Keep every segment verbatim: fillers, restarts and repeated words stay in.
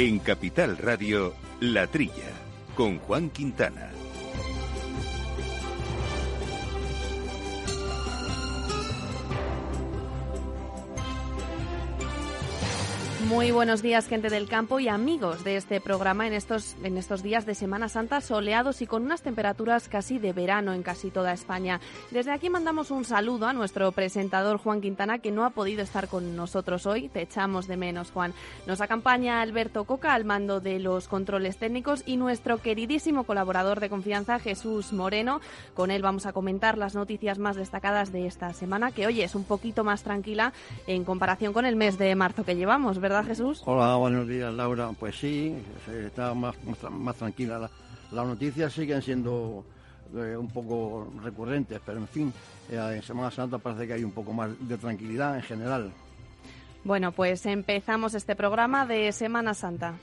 En Capital Radio, La Trilla, con Juan Quintana. Muy buenos días, gente del campo y amigos de este programa en estos, en estos días de Semana Santa soleados y con unas temperaturas casi de verano en casi toda España. Desde aquí mandamos un saludo a nuestro presentador Juan Quintana, que no ha podido estar con nosotros hoy. Te echamos de menos, Juan. Nos acompaña Alberto Coca al mando de los controles técnicos y nuestro queridísimo colaborador de confianza, Jesús Moreno. Con él vamos a comentar las noticias más destacadas de esta semana, que hoy es un poquito más tranquila en comparación con el mes de marzo que llevamos, ¿verdad, Jesús? Hola, buenos días, Laura. Pues sí, está más, más, más tranquila. La, las noticias siguen siendo eh, un poco recurrentes, pero en fin, eh, en Semana Santa parece que hay un poco más de tranquilidad en general. Bueno, pues empezamos este programa de Semana Santa.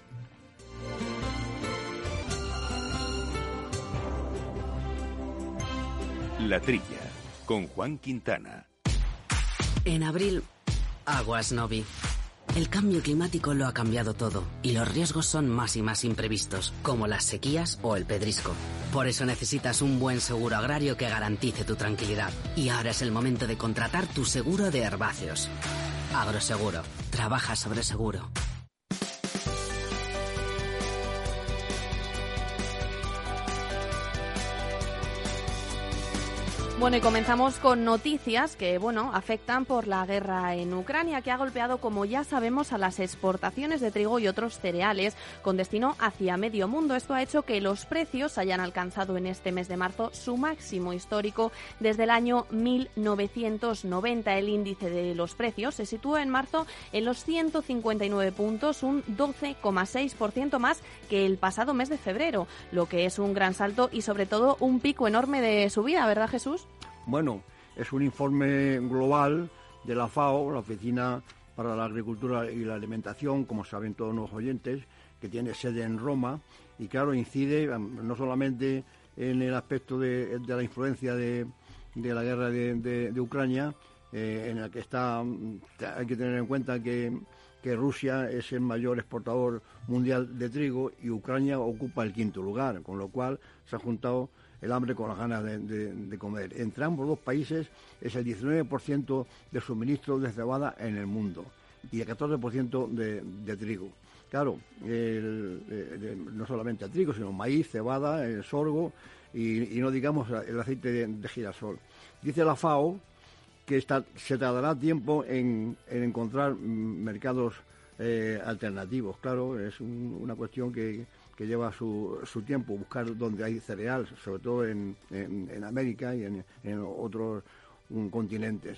La Trilla, con Juan Quintana. En abril, aguas no vi. El cambio climático lo ha cambiado todo y los riesgos son más y más imprevistos, como las sequías o el pedrisco. Por eso necesitas un buen seguro agrario que garantice tu tranquilidad. Y ahora es el momento de contratar tu seguro de herbáceos. Agroseguro. Trabaja sobre seguro. Bueno, y comenzamos con noticias que, bueno, afectan por la guerra en Ucrania, que ha golpeado, como ya sabemos, a las exportaciones de trigo y otros cereales con destino hacia medio mundo. Esto ha hecho que los precios hayan alcanzado en este mes de marzo su máximo histórico desde el año mil novecientos noventa. El índice de los precios se sitúa en marzo en los ciento cincuenta y nueve puntos, un doce coma seis por ciento más que el pasado mes de febrero, lo que es un gran salto y, sobre todo, un pico enorme de subida, ¿verdad, Jesús? Bueno, es un informe global de la FAO, la Oficina para la Agricultura y la Alimentación, como saben todos los oyentes, que tiene sede en Roma y, claro, incide no solamente en el aspecto de, de la influencia de, de la guerra de, de, de Ucrania, eh, en la que está, hay que tener en cuenta que, que Rusia es el mayor exportador mundial de trigo y Ucrania ocupa el quinto lugar, con lo cual se ha juntado el hambre con las ganas de, de, de comer. Entre ambos dos países es el diecinueve por ciento de suministro de cebada en el mundo y el catorce por ciento de, de trigo. Claro, el, el, no solamente el trigo, sino maíz, cebada, el sorgo y, y no digamos el aceite de, de girasol. Dice la FAO que está, se tardará tiempo en, en encontrar mercados eh, alternativos. Claro, es un, una cuestión que que lleva su, su tiempo, buscar donde hay cereal, sobre todo en, en, en América y en, en otros um, continentes.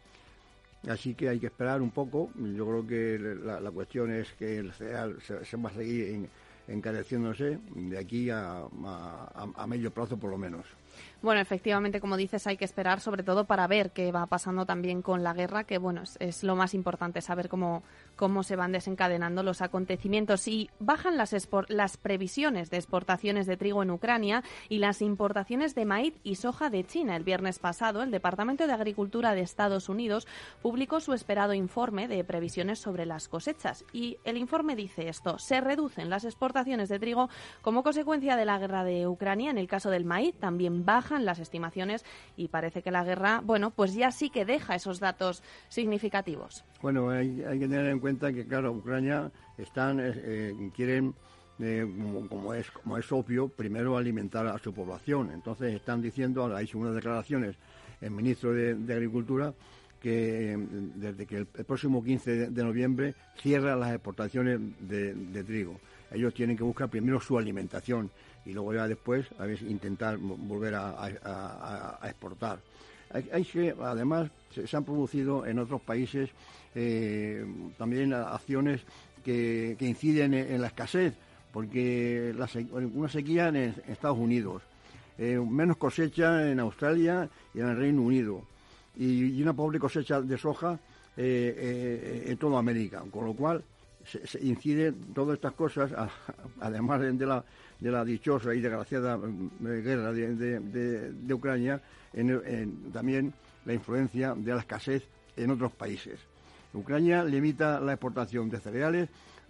Así que hay que esperar un poco. Yo creo que la, la cuestión es que el cereal se, se va a seguir en, encareciéndose de aquí a, a, a medio plazo por lo menos. Bueno, efectivamente, como dices, hay que esperar, sobre todo para ver qué va pasando también con la guerra, que bueno, es, es lo más importante, saber cómo, cómo se van desencadenando los acontecimientos. Y bajan las, expor- las previsiones de exportaciones de trigo en Ucrania y las importaciones de maíz y soja de China. El viernes pasado, el Departamento de Agricultura de Estados Unidos publicó su esperado informe de previsiones sobre las cosechas. Y el informe dice esto: se reducen las exportaciones de trigo como consecuencia de la guerra de Ucrania. En el caso del maíz también bajan las estimaciones y parece que la guerra, bueno, pues ya sí que deja esos datos significativos. Bueno, hay, hay que tener en cuenta que, claro, Ucrania están eh, quieren, eh, como, como es como es obvio, primero alimentar a su población. Entonces están diciendo, ha hecho unas declaraciones el ministro de, de Agricultura, que desde que el, el próximo quince de, de noviembre cierra las exportaciones de, de trigo. Ellos tienen que buscar primero su alimentación y luego ya después a ver, intentar volver a, a, a, a exportar. Hay, hay que, además, se, se han producido en otros países eh, también acciones que, que inciden en, en la escasez, porque la, una sequía en, en Estados Unidos, eh, menos cosecha en Australia y en el Reino Unido, y, y una pobre cosecha de soja eh, eh, en toda América, con lo cual se, se inciden todas estas cosas, a, además de la de la dichosa y desgraciada guerra de, de, de, de Ucrania, en, en, también la influencia de la escasez en otros países. Ucrania limita la exportación de cereales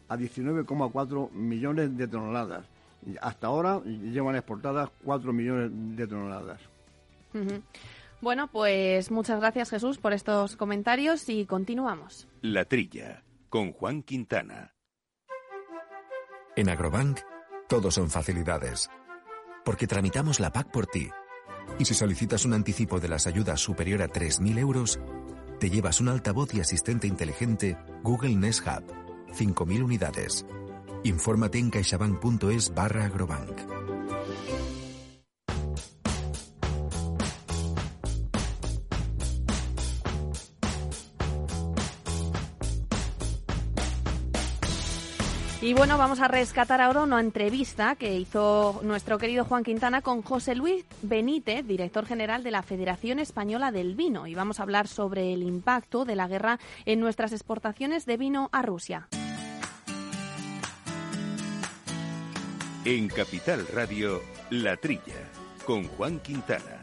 a diecinueve coma cuatro millones de toneladas. Hasta ahora llevan exportadas cuatro millones de toneladas. Uh-huh. Bueno, pues muchas gracias, Jesús, por estos comentarios y continuamos. La Trilla, con Juan Quintana. En Agrobank, todo son facilidades. Porque tramitamos la P A C por ti. Y si solicitas un anticipo de las ayudas superior a tres mil euros, te llevas un altavoz y asistente inteligente Google Nest Hub. cinco mil unidades. Infórmate en caixabank.es barra agrobank. Y bueno, vamos a rescatar ahora una entrevista que hizo nuestro querido Juan Quintana con José Luis Benítez, director general de la Federación Española del Vino. Y vamos a hablar sobre el impacto de la guerra en nuestras exportaciones de vino a Rusia. En Capital Radio, La Trilla, con Juan Quintana.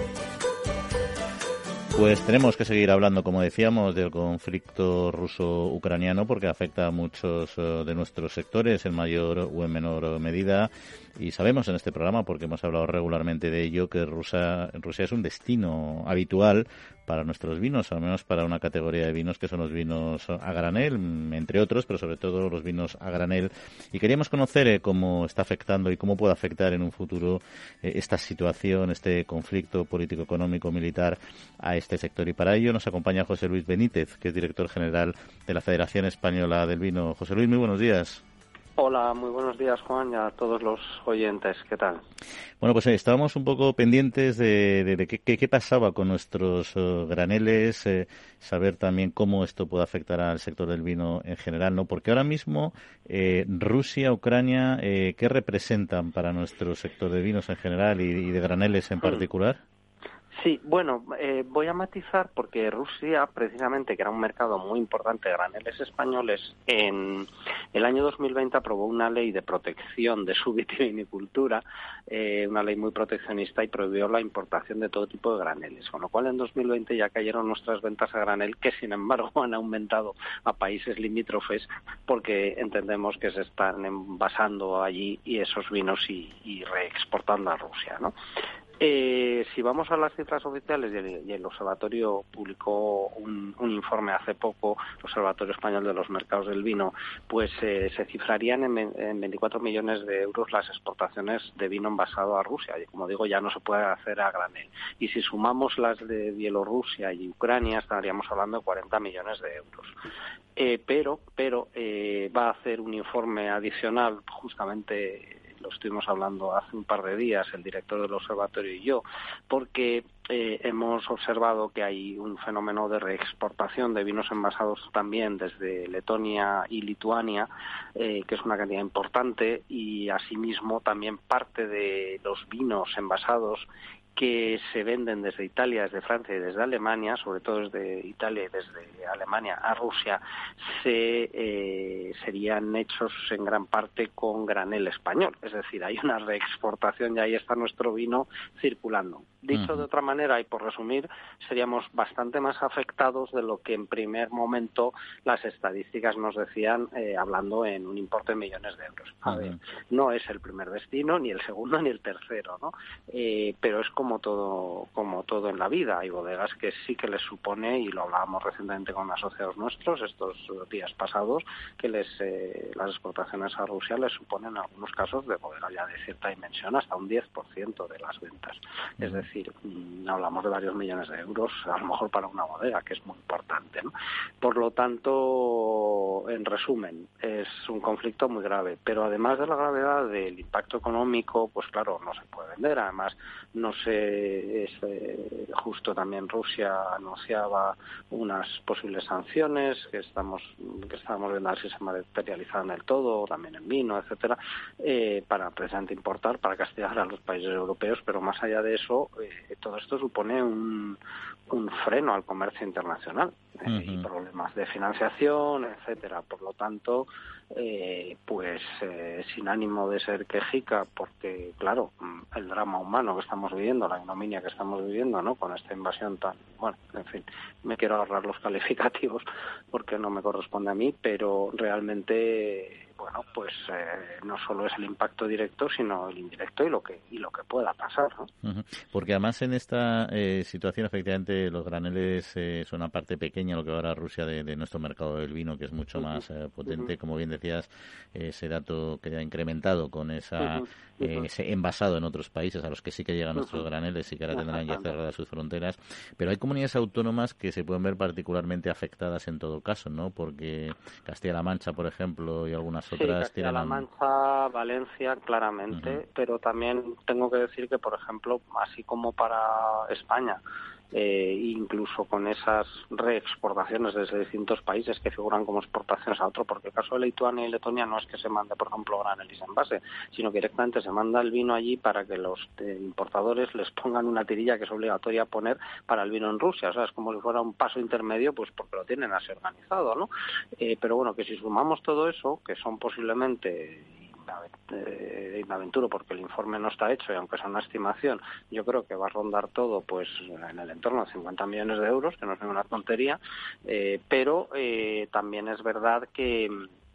Pues tenemos que seguir hablando, como decíamos, del conflicto ruso-ucraniano porque afecta a muchos uh, de nuestros sectores en mayor o en menor medida. Y sabemos en este programa, porque hemos hablado regularmente de ello, que Rusia, Rusia es un destino habitual para nuestros vinos, al menos para una categoría de vinos que son los vinos a granel, entre otros, pero sobre todo los vinos a granel. Y queríamos conocer eh, cómo está afectando y cómo puede afectar en un futuro eh, esta situación, este conflicto político, económico, militar a este sector. Y para ello nos acompaña José Luis Benítez, que es director general de la Federación Española del Vino. José Luis, muy buenos días. Hola, muy buenos días, Juan, y a todos los oyentes. ¿Qué tal? Bueno, pues eh, estábamos un poco pendientes de, de, de qué, qué pasaba con nuestros uh, graneles, eh, saber también cómo esto puede afectar al sector del vino en general, ¿no? Porque ahora mismo eh, Rusia, Ucrania, eh, ¿qué representan para nuestro sector de vinos en general y, y de graneles en particular? Sí, bueno, eh, voy a matizar porque Rusia, precisamente, que era un mercado muy importante de graneles españoles, en el año dos mil veinte aprobó una ley de protección de su vitivinicultura, eh, una ley muy proteccionista, y prohibió la importación de todo tipo de graneles, con lo cual en dos mil veinte ya cayeron nuestras ventas a granel, que sin embargo han aumentado a países limítrofes porque entendemos que se están envasando allí y esos vinos y, y reexportando a Rusia, ¿no? Eh, si vamos a las cifras oficiales, y el, y el Observatorio publicó un, un informe hace poco, el Observatorio Español de los Mercados del Vino, pues eh, se cifrarían en, en veinticuatro millones de euros las exportaciones de vino envasado a Rusia. Y como digo, ya no se puede hacer a granel. Y si sumamos las de Bielorrusia y Ucrania, estaríamos hablando de cuarenta millones de euros. Eh, pero pero eh, va a hacer un informe adicional, justamente lo estuvimos hablando hace un par de días el director del observatorio y yo, porque eh, hemos observado que hay un fenómeno de reexportación de vinos envasados también desde Letonia y Lituania, eh, que es una cantidad importante, y asimismo también parte de los vinos envasados que se venden desde Italia, desde Francia y desde Alemania, sobre todo desde Italia y desde Alemania a Rusia, se eh, serían hechos en gran parte con granel español. Es decir, hay una reexportación y ahí está nuestro vino circulando. Dicho uh-huh. de otra manera, y por resumir, seríamos bastante más afectados de lo que en primer momento las estadísticas nos decían, eh, hablando en un importe de millones de euros. A uh-huh. ver, no es el primer destino, ni el segundo, ni el tercero, ¿no? Eh, pero es como todo, como todo en la vida. Hay bodegas que sí que les supone, y lo hablábamos recientemente con asociados nuestros estos días pasados, que les eh, las exportaciones a Rusia les suponen en algunos casos de bodegas ya de cierta dimensión hasta un diez por ciento de las ventas. Uh-huh. Es decir, hablamos de varios millones de euros, a lo mejor para una bodega, que es muy importante, ¿no? Por lo tanto, en resumen, es un conflicto muy grave, pero además de la gravedad del impacto económico, pues claro, no se puede vender. Además, no sé, es, eh, justo también Rusia anunciaba unas posibles sanciones que estamos que estamos viendo a ver si se materializan del todo, también en vino, etcétera, eh, para precisamente importar, para castigar a los países europeos, pero más allá de eso, eh, todo esto supone un, un freno al comercio internacional, eh, uh-huh. y problemas de financiación, etcétera. Por lo tanto, eh, pues eh, sin ánimo de ser quejica, porque claro, el drama humano que estamos viviendo, la ignominia que estamos viviendo, ¿no?, con esta invasión tan, bueno, en fin, me quiero ahorrar los calificativos porque no me corresponde a mí, pero realmente bueno, pues eh, no solo es el impacto directo, sino el indirecto y lo que y lo que pueda pasar, ¿no? Uh-huh. Porque además en esta eh, situación, efectivamente, los graneles eh, son una parte pequeña, lo que va a Rusia de, de nuestro mercado del vino, que es mucho uh-huh. más eh, potente. Uh-huh. Como bien decías, eh, ese dato que ha incrementado con esa uh-huh. eh, ese envasado en otros países, a los que sí que llegan uh-huh. nuestros graneles y que ahora tendrán ya cerradas sus fronteras. Pero hay comunidades autónomas que se pueden ver particularmente afectadas en todo caso, ¿no? Porque Castilla-La Mancha, por ejemplo, y algunas otras sí, Castilla-La Mancha, Valencia, claramente, uh-huh. pero también tengo que decir que, por ejemplo, así como para España, eh, incluso con esas reexportaciones desde distintos países que figuran como exportaciones a otro, porque el caso de Lituania y Letonia no es que se mande, por ejemplo, granelis en base, sino que directamente se manda el vino allí para que los eh, importadores les pongan una tirilla que es obligatoria poner para el vino en Rusia. O sea, es como si fuera un paso intermedio, pues porque lo tienen así organizado, ¿no? Eh, pero bueno, que si sumamos todo eso, que son posiblemente... Eh, me aventuro porque el informe no está hecho y aunque sea una estimación, yo creo que va a rondar todo pues en el entorno de cincuenta millones de euros, que no es ninguna tontería, eh, pero eh, también es verdad que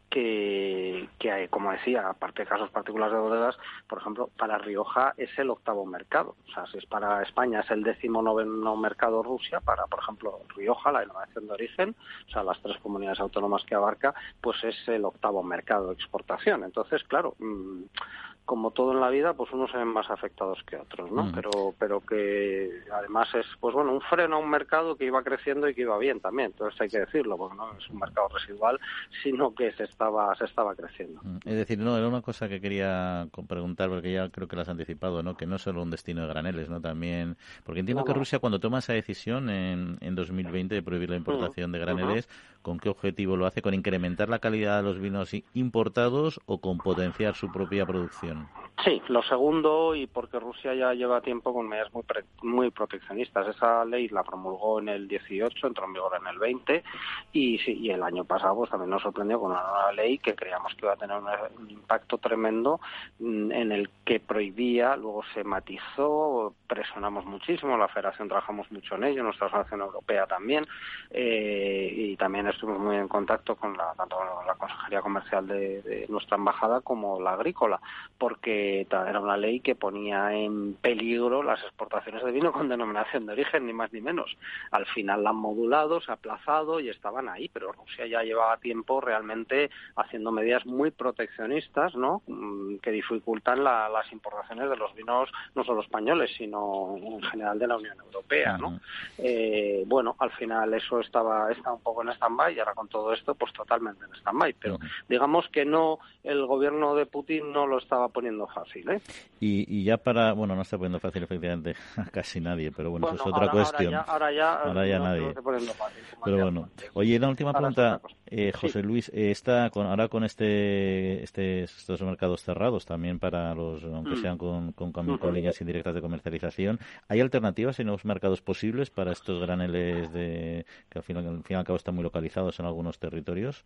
que, que hay, como decía, aparte de casos particulares de bodegas, por ejemplo, para Rioja es el octavo mercado. O sea, si es para España es el décimo noveno mercado Rusia, para, por ejemplo, Rioja, la denominación de origen, o sea, las tres comunidades autónomas que abarca, pues es el octavo mercado de exportación. Entonces, claro, mmm, como todo en la vida, pues unos se ven más afectados que otros, ¿no? Uh-huh. Pero pero que además es, pues bueno, un freno a un mercado que iba creciendo y que iba bien también. Entonces hay que decirlo, porque no es un mercado residual, sino que se estaba se estaba creciendo. Es decir, no, era una cosa que quería preguntar, porque ya creo que lo has anticipado, ¿no? Que no es solo un destino de graneles, ¿no? También, porque entiendo no, que Rusia, cuando toma esa decisión en, en dos mil veinte de prohibir la importación uh-huh. de graneles, uh-huh. ¿con qué objetivo lo hace? ¿Con incrementar la calidad de los vinos importados o con potenciar su propia producción? Sí, lo segundo, y porque Rusia ya lleva tiempo con medidas muy pre, muy proteccionistas. Esa ley la promulgó en el dieciocho, entró en vigor en el veinte, y sí, y el año pasado pues también nos sorprendió con una nueva ley que creíamos que iba a tener un, un impacto tremendo, en el que prohibía, luego se matizó, presionamos muchísimo, la Federación trabajamos mucho en ello, nuestra Asociación Europea también, eh, y también estuvimos muy en contacto con la, tanto la Consejería Comercial de, de nuestra embajada como la agrícola, porque era una ley que ponía en peligro las exportaciones de vino con denominación de origen, ni más ni menos. Al final la han modulado, se ha aplazado y estaban ahí, pero Rusia ya llevaba tiempo realmente haciendo medidas muy proteccionistas, ¿no? Que dificultan la, las importaciones de los vinos, no solo españoles, sino en general de la Unión Europea, ¿no? Uh-huh. Eh, bueno, al final eso estaba, estaba un poco en stand-by y ahora con todo esto, pues totalmente en stand-by, pero uh-huh. digamos que no, el gobierno de Putin no lo estaba poniendo fácil, ¿eh? Y, y ya para, bueno, no está poniendo fácil efectivamente a casi nadie, pero bueno, bueno eso es otra ahora, cuestión. Ahora ya, ahora ya, ahora ya no nadie. Está poniendo fácil, pero bueno, oye, la última ahora pregunta, eh, José sí. Luis, eh, está con, ahora con este, este estos mercados cerrados también para los, aunque mm. sean con, con, con, con uh-huh. líneas indirectas de comercialización, ¿hay alternativas y nuevos mercados posibles para estos graneles de que al fin, al fin y al cabo están muy localizados en algunos territorios?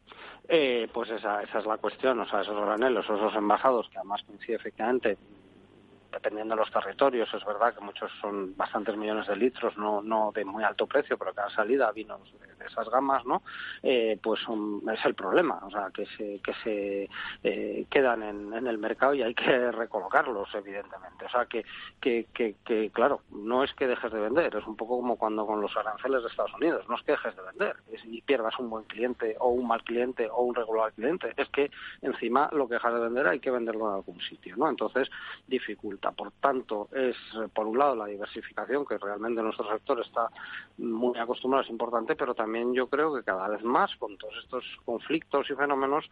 Eh, pues esa, esa es la cuestión, o sea, esos granelos, esos envasados, que además coincide efectivamente, dependiendo de los territorios, es verdad que muchos son bastantes millones de litros, no no de muy alto precio, pero cada salida vinos de, de esas gamas, ¿no? Eh, pues son, es el problema, o sea, que se que se eh, quedan en, en el mercado y hay que recolocarlos, evidentemente. O sea, que, que, que, que, claro, no es que dejes de vender, es un poco como cuando con los aranceles de Estados Unidos, no es que dejes de vender es, y pierdas un buen cliente o un mal cliente o un regular cliente, es que encima lo que dejas de vender hay que venderlo en algún sitio, ¿no? Entonces, dificulta. Por tanto, es por un lado la diversificación, que realmente nuestro sector está muy acostumbrado, es importante, pero también yo creo que cada vez más con todos estos conflictos y fenómenos,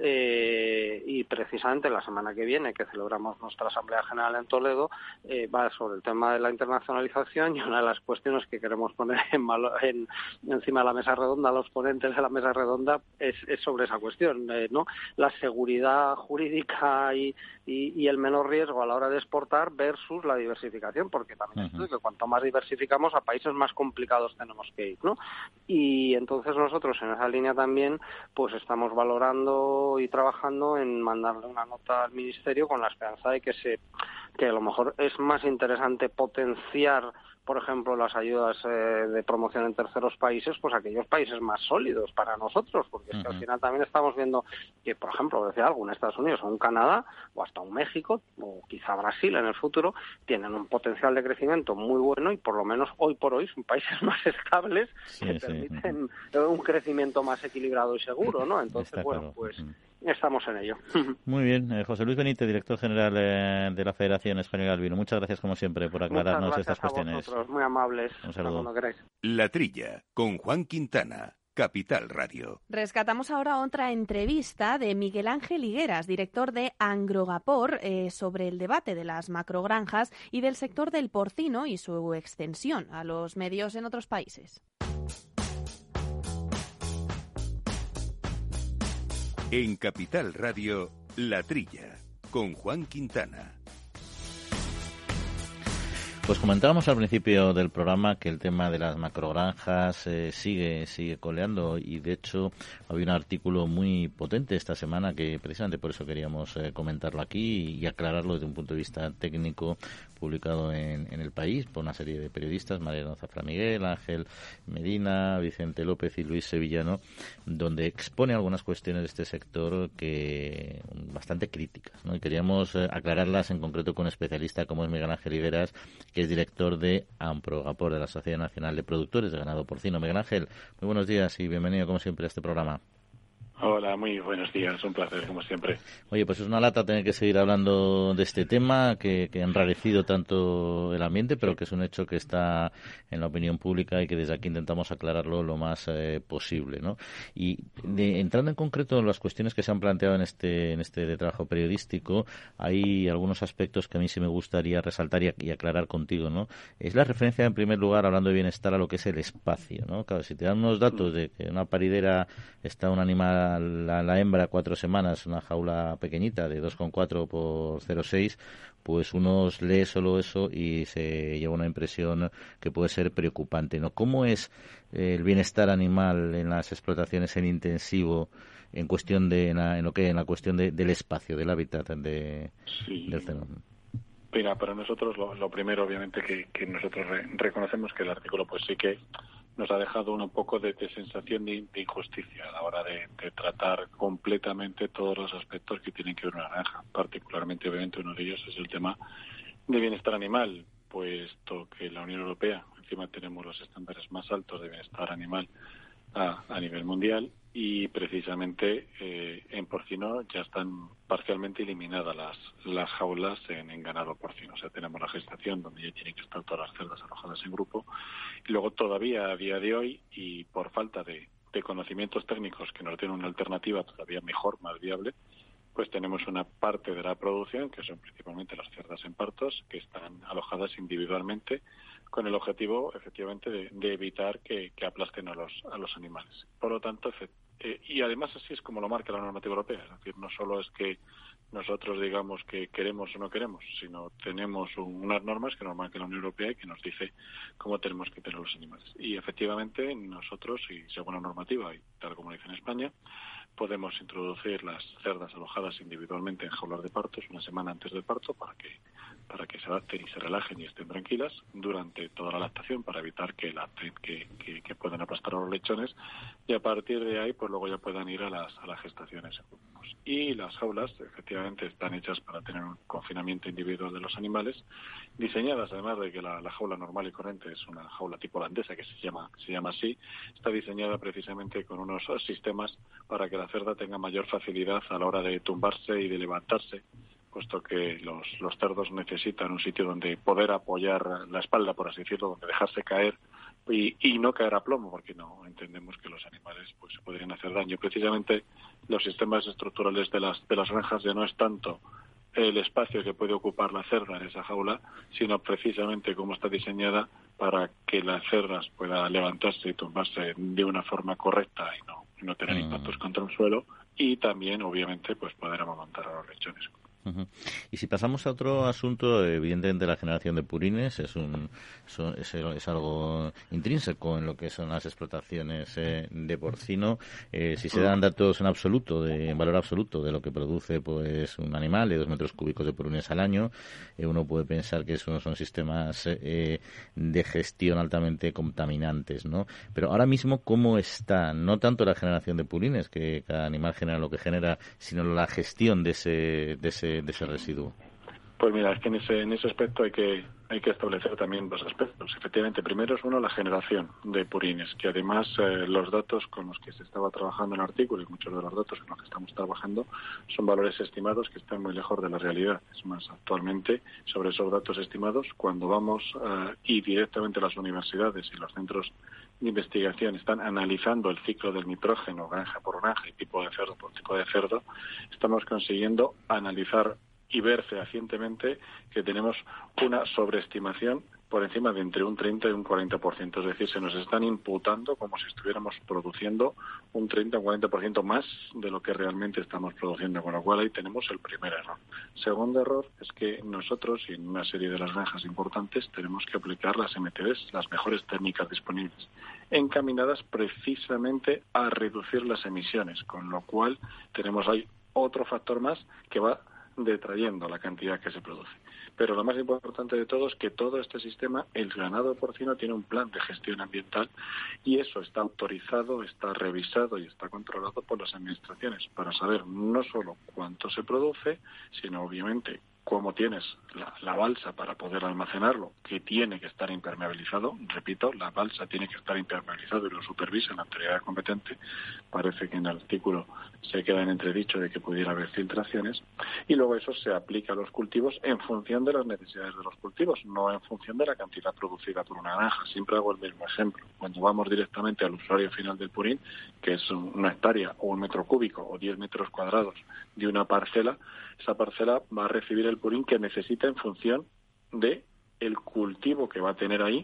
eh, y precisamente la semana que viene, que celebramos nuestra Asamblea General en Toledo, eh, va sobre el tema de la internacionalización, y una de las cuestiones que queremos poner en, en, encima de la mesa redonda, los ponentes de la mesa redonda, es, es sobre esa cuestión, eh, ¿no? La seguridad jurídica y, y, y el menor riesgo a la hora de exportar versus la diversificación, porque también uh-huh. es que cuanto más diversificamos a países más complicados tenemos que ir, ¿no? Y entonces nosotros en esa línea también pues estamos valorando y trabajando en mandarle una nota al Ministerio con la esperanza de que se que a lo mejor es más interesante potenciar, por ejemplo, las ayudas eh, de promoción en terceros países, pues aquellos países más sólidos para nosotros, porque es que Uh-huh. al final también estamos viendo que, por ejemplo, decía algo, un Estados Unidos o un Canadá, o hasta un México, o quizá Brasil en el futuro, tienen un potencial de crecimiento muy bueno y por lo menos hoy por hoy son países más estables sí, que sí. permiten uh-huh. un crecimiento más equilibrado y seguro, ¿no? Entonces, Está bueno, claro. pues... Uh-huh. Estamos en ello. Muy bien. Eh, José Luis Benítez, director general eh, de la Federación Española del Vino. Muchas gracias, como siempre, por aclararnos Muchas estas gracias a cuestiones. vosotros, muy amables. Un saludo. Cuando queráis. La Trilla, con Juan Quintana, Capital Radio. Rescatamos ahora otra entrevista de Miguel Ángel Higueras, director de Agrogapor, eh, sobre el debate de las macrogranjas y del sector del porcino y su extensión a los medios en otros países. En Capital Radio, La Trilla, con Juan Quintana. Pues comentábamos al principio del programa que el tema de las macrogranjas eh, sigue sigue coleando y de hecho había un artículo muy potente esta semana que precisamente por eso queríamos eh, comentarlo aquí y aclararlo desde un punto de vista técnico, publicado en, en El País por una serie de periodistas, Mariano Zafra Miguel, Ángel Medina, Vicente López y Luis Sevillano, donde expone algunas cuestiones de este sector que bastante críticas, ¿no? Y queríamos eh, aclararlas en concreto con un especialista como es Miguel Ángel Higueras, que es director de Agrogapor, de la Sociedad Nacional de Productores de Ganado Porcino. Miguel Ángel, muy buenos días y bienvenido como siempre a este programa. Hola, muy buenos días, un placer como siempre. Oye, pues es una lata tener que seguir hablando de este tema que, que ha enrarecido tanto el ambiente, pero que es un hecho que está en la opinión pública y que desde aquí intentamos aclararlo lo más eh, posible, ¿no? Y de, entrando en concreto en las cuestiones que se han planteado en este en este de trabajo periodístico, hay algunos aspectos que a mí sí me gustaría resaltar y, y aclarar contigo, ¿no? Es la referencia, en primer lugar, hablando de bienestar, a lo que es el espacio, ¿no? Claro, si te dan unos datos de que en una paridera está un animal La, la hembra cuatro semanas, una jaula pequeñita de dos coma cuatro por cero coma seis, pues uno lee solo eso y se lleva una impresión que puede ser preocupante, ¿no? ¿Cómo es eh, el bienestar animal en las explotaciones en intensivo en cuestión de en, la, en lo que en la cuestión de, del espacio, del hábitat de, sí. del cerdo? Mira, para nosotros lo, lo primero, obviamente, que, que nosotros re, reconocemos que el artículo, pues sí que nos ha dejado un poco de, de sensación de, de injusticia a la hora de, de tratar completamente todos los aspectos que tienen que ver una granja. Particularmente, obviamente, uno de ellos es el tema de bienestar animal, puesto que la Unión Europea, encima tenemos los estándares más altos de bienestar animal a, a nivel mundial, y precisamente eh, en porcino ya están parcialmente eliminadas las, las jaulas en, en ganado porcino. O sea, tenemos la gestación donde ya tienen que estar todas las cerdas alojadas en grupo, y luego todavía a día de hoy, y por falta de, de conocimientos técnicos que nos den una alternativa todavía mejor, más viable, pues tenemos una parte de la producción, que son principalmente las cerdas en partos, que están alojadas individualmente con el objetivo, efectivamente, de, de evitar que, que aplasten a los, a los animales. Por lo tanto, eh, y además así es como lo marca la normativa europea. Es decir, no solo es que nosotros digamos que queremos o no queremos, sino tenemos un, unas normas que nos marca la Unión Europea y que nos dice cómo tenemos que tener los animales. Y efectivamente nosotros, y según la normativa, y tal como dice en España, podemos introducir las cerdas alojadas individualmente en jaulas de partos una semana antes del parto para que para que se adapten y se relajen y estén tranquilas durante toda la lactación, para evitar que lacten, que, que, que puedan aplastar a los lechones, y a partir de ahí pues luego ya puedan ir a las a las gestaciones. Y las jaulas efectivamente están hechas para tener un confinamiento individual de los animales, diseñadas además de que la, la jaula normal y corriente es una jaula tipo holandesa, que se llama se llama así, está diseñada precisamente con unos sistemas para que la cerda tenga mayor facilidad a la hora de tumbarse y de levantarse, puesto que los, los cerdos necesitan un sitio donde poder apoyar la espalda, por así decirlo, donde dejarse caer y, y no caer a plomo, porque no entendemos que los animales pues podrían hacer daño. Precisamente los sistemas estructurales de las de las granjas ya no es tanto el espacio que puede ocupar la cerda en esa jaula, sino precisamente cómo está diseñada para que las cerdas puedan levantarse y tumbarse de una forma correcta y no, y no tener impactos contra el suelo, y también, obviamente, pues poder amamantar a los lechones. Uh-huh. Y si pasamos a otro asunto, evidentemente la generación de purines es un es, es algo intrínseco en lo que son las explotaciones eh, de porcino. Eh, si se dan datos en absoluto, de, en valor absoluto de lo que produce pues un animal de dos metros cúbicos de purines al año, eh, uno puede pensar que esos son sistemas eh, de gestión altamente contaminantes, ¿no? Pero ahora mismo, ¿cómo está? No tanto la generación de purines, que cada animal genera lo que genera, sino la gestión de ese de ese de ese residuo. Pues mira, es que en ese en ese aspecto hay que hay que establecer también dos aspectos. Efectivamente, primero es uno la generación de purines, que además eh, los datos con los que se estaba trabajando en el artículo y muchos de los datos con los que estamos trabajando son valores estimados que están muy lejos de la realidad. Es más, actualmente sobre esos datos estimados, cuando vamos uh, y directamente las universidades y los centros de investigación están analizando el ciclo del nitrógeno granja por granja y tipo de cerdo por tipo de cerdo, estamos consiguiendo analizar y ver fehacientemente que tenemos una sobreestimación por encima de entre un treinta y un cuarenta por ciento. Es decir, se nos están imputando como si estuviéramos produciendo un treinta o cuarenta por ciento más de lo que realmente estamos produciendo, con lo cual ahí tenemos el primer error. Segundo error es que nosotros, y en una serie de las granjas importantes, tenemos que aplicar las M T Bs, las mejores técnicas disponibles, encaminadas precisamente a reducir las emisiones, con lo cual tenemos ahí otro factor más que va detrayendo la cantidad que se produce. Pero lo más importante de todo es que todo este sistema, el ganado porcino, tiene un plan de gestión ambiental y eso está autorizado, está revisado y está controlado por las administraciones para saber no solo cuánto se produce, sino obviamente cómo tienes la, la balsa para poder almacenarlo, que tiene que estar impermeabilizado. Repito, la balsa tiene que estar impermeabilizado y lo supervisa la autoridad competente. Parece que en el artículo se queda en entredicho de que pudiera haber filtraciones. Y luego eso se aplica a los cultivos en función de las necesidades de los cultivos, no en función de la cantidad producida por una granja. Siempre hago el mismo ejemplo. Cuando vamos directamente al usuario final del purín, que es una hectárea o un metro cúbico o diez metros cuadrados de una parcela, esa parcela va a recibir el purín que necesita en función de el cultivo que va a tener ahí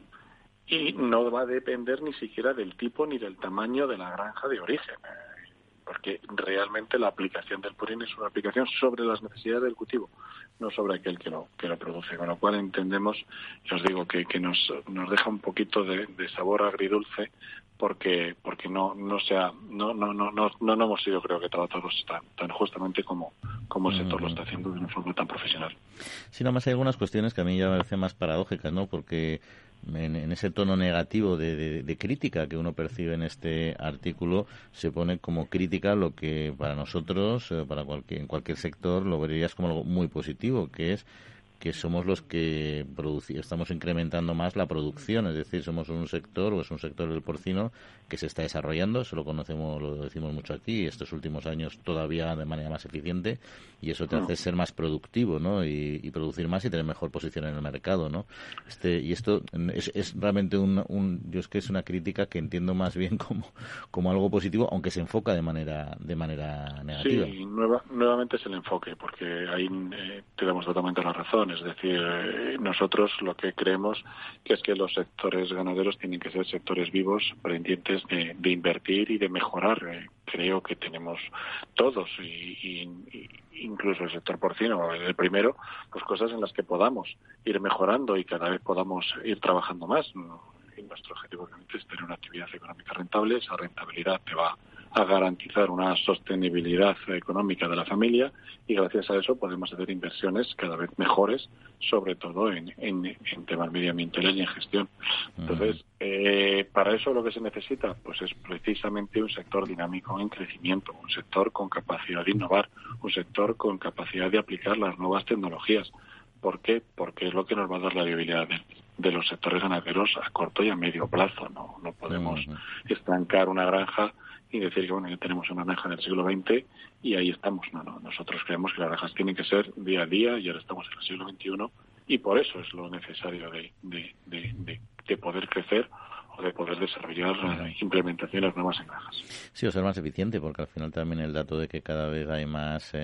y no va a depender ni siquiera del tipo ni del tamaño de la granja de origen, porque realmente la aplicación del purín es una aplicación sobre las necesidades del cultivo, no sobre aquel que lo que lo produce, con lo cual entendemos, y os digo que, que nos nos deja un poquito de, de sabor agridulce, porque porque no no sea no no no no no, no hemos sido, creo que, tratados tan tan justamente como como el sector lo está haciendo de una forma tan profesional. Sí, nada más hay algunas cuestiones que a mí ya me parecen más paradójicas, ¿no? Porque en, en ese tono negativo de, de, de crítica que uno percibe en este artículo, se pone como crítica lo que para nosotros, para cualquier, en cualquier sector, lo verías como algo muy positivo, que es que somos los que produci- estamos incrementando más la producción, es decir, somos un sector, o es un sector del porcino que se está desarrollando, eso lo conocemos, lo decimos mucho aquí, estos últimos años todavía de manera más eficiente, y eso te no. hace ser más productivo, ¿no? Y, y producir más y tener mejor posición en el mercado, ¿no? Este y esto es, es realmente un, un, yo es que es una crítica que entiendo más bien como como algo positivo, aunque se enfoca de manera de manera negativa. Sí, nueva, nuevamente es el enfoque, porque ahí eh, te damos totalmente la razón. Es decir, eh, nosotros lo que creemos que es que los sectores ganaderos tienen que ser sectores vivos, pendientes de, de invertir y de mejorar. Eh, creo que tenemos todos, y, y, y incluso el sector porcino, el primero, pues cosas en las que podamos ir mejorando y cada vez podamos ir trabajando más. Y nuestro objetivo obviamente es tener una actividad económica rentable. Esa rentabilidad te va a garantizar una sostenibilidad económica de la familia y gracias a eso podemos hacer inversiones cada vez mejores, sobre todo en, en, en temas medioambientales y en gestión. Entonces, eh, para eso lo que se necesita pues es precisamente un sector dinámico en crecimiento, un sector con capacidad de innovar, un sector con capacidad de aplicar las nuevas tecnologías. ¿Por qué? Porque es lo que nos va a dar la viabilidad de, de los sectores ganaderos a corto y a medio plazo. No, no podemos uh-huh. estancar una granja y decir que bueno, ya tenemos una granja del siglo veinte y ahí estamos. No, no, nosotros creemos que las granjas tienen que ser día a día y ahora estamos en el siglo veintiuno y por eso es lo necesario de, de, de, de, de poder crecer o de poder desarrollar uh, implementaciones nuevas en granjas. Sí, o ser más eficiente, porque al final también el dato de que cada vez hay más eh,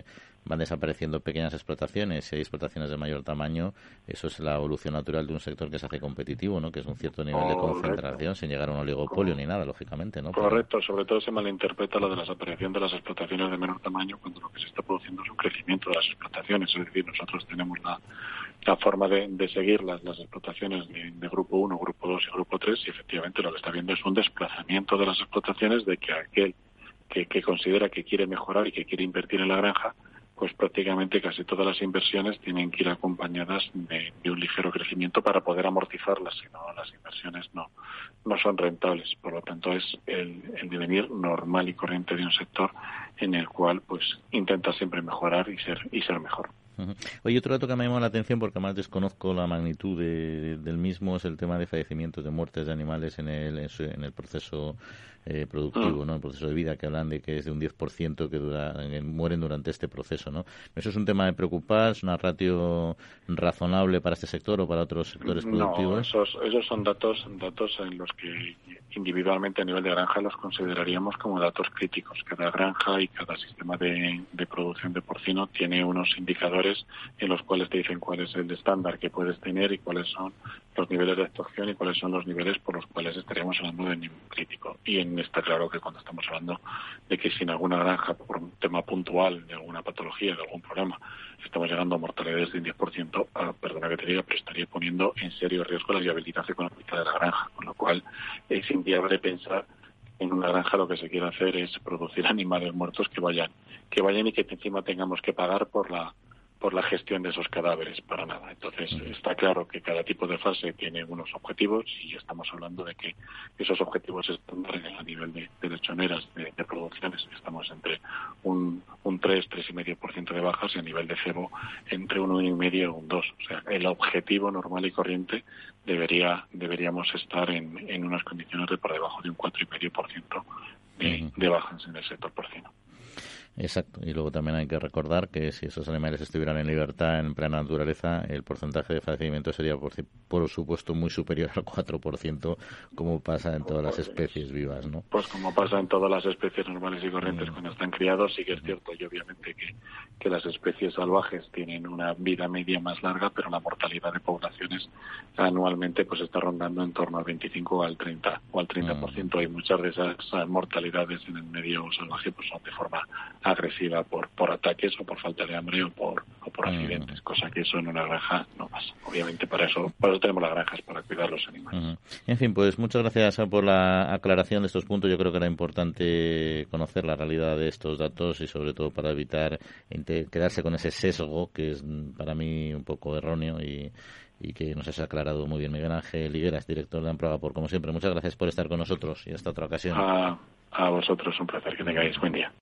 van desapareciendo pequeñas explotaciones y hay explotaciones de mayor tamaño, eso es la evolución natural de un sector que se hace competitivo, ¿no? Que es un cierto nivel de concentración sin llegar a un oligopolio ni nada, lógicamente, ¿no? Correcto, Pero... sobre todo se malinterpreta lo de la desaparición de las explotaciones de menor tamaño cuando lo que se está produciendo es un crecimiento de las explotaciones, es decir, nosotros tenemos la, la forma de, de seguir las, las explotaciones de, de grupo uno, grupo dos y grupo tres y efectivamente lo que está viendo es un desplazamiento de las explotaciones de que aquel que, que considera que quiere mejorar y que quiere invertir en la granja, pues prácticamente casi todas las inversiones tienen que ir acompañadas de, de un ligero crecimiento para poder amortizarlas, si no las inversiones no, no son rentables. Por lo tanto, es el, el devenir normal y corriente de un sector en el cual pues intenta siempre mejorar y ser y ser mejor. Uh-huh. Oye, otro dato que me llamó la atención, porque además desconozco la magnitud de, de, del mismo, es el tema de fallecimientos, de muertes de animales en el, en, su, en el proceso eh, productivo, uh-huh. ¿no? El proceso de vida, que hablan de que es de un diez por ciento que dura, que mueren durante este proceso, ¿no? ¿Eso es un tema de preocupar? ¿Es una ratio razonable para este sector o para otros sectores productivos? No, esos, esos son datos, datos en los que individualmente a nivel de granja los consideraríamos como datos críticos. Cada granja y cada sistema de, de producción de porcino tiene unos indicadores en los cuales te dicen cuál es el estándar que puedes tener y cuáles son los niveles de extracción y cuáles son los niveles por los cuales estaríamos hablando de nivel crítico. Y en, está claro que cuando estamos hablando de que si en alguna granja, por un tema puntual, de alguna patología, de algún problema, estamos llegando a mortalidades de un diez por ciento, ah, perdona que te diga, pero estaría poniendo en serio riesgo la viabilidad económica de la granja, con lo cual es inviable pensar en una granja lo que se quiere hacer es producir animales muertos que vayan, que vayan y que encima tengamos que pagar por la por la gestión de esos cadáveres, para nada. Entonces, está claro que cada tipo de fase tiene unos objetivos y estamos hablando de que esos objetivos estándares a nivel de, de lechoneras, de, de producciones, estamos entre un, un tres, tres coma cinco por ciento de bajas y a nivel de cebo entre un uno coma cinco y un dos. O sea, el objetivo normal y corriente debería deberíamos estar en, en unas condiciones de por debajo de un cuatro coma cinco por ciento de, de bajas en el sector porcino. Exacto, y luego también hay que recordar que si esos animales estuvieran en libertad, en plena naturaleza, el porcentaje de fallecimiento sería, por, por supuesto, muy superior al cuatro por ciento, como pasa en todas las especies vivas, ¿no? Pues como pasa en todas las especies normales y corrientes mm. cuando están criados, sí que es cierto, y obviamente que, que las especies salvajes tienen una vida media más larga, pero la mortalidad de poblaciones anualmente pues está rondando en torno al veinticinco o al treinta o al treinta por ciento, mm. y muchas de esas mortalidades en el medio salvaje pues son de forma agresiva por por ataques o por falta de hambre o por o por accidentes, uh-huh. cosa que eso en una granja no pasa. Obviamente para eso para eso tenemos las granjas, para cuidar los animales. Uh-huh. En fin, pues muchas gracias por la aclaración de estos puntos. Yo creo que era importante conocer la realidad de estos datos y sobre todo para evitar quedarse con ese sesgo que es para mí un poco erróneo y y que nos has aclarado muy bien. Miguel Ángel Higueras, director de Amproga, por como siempre. Muchas gracias por estar con nosotros y hasta otra ocasión. A, a vosotros, un placer, que tengáis buen día.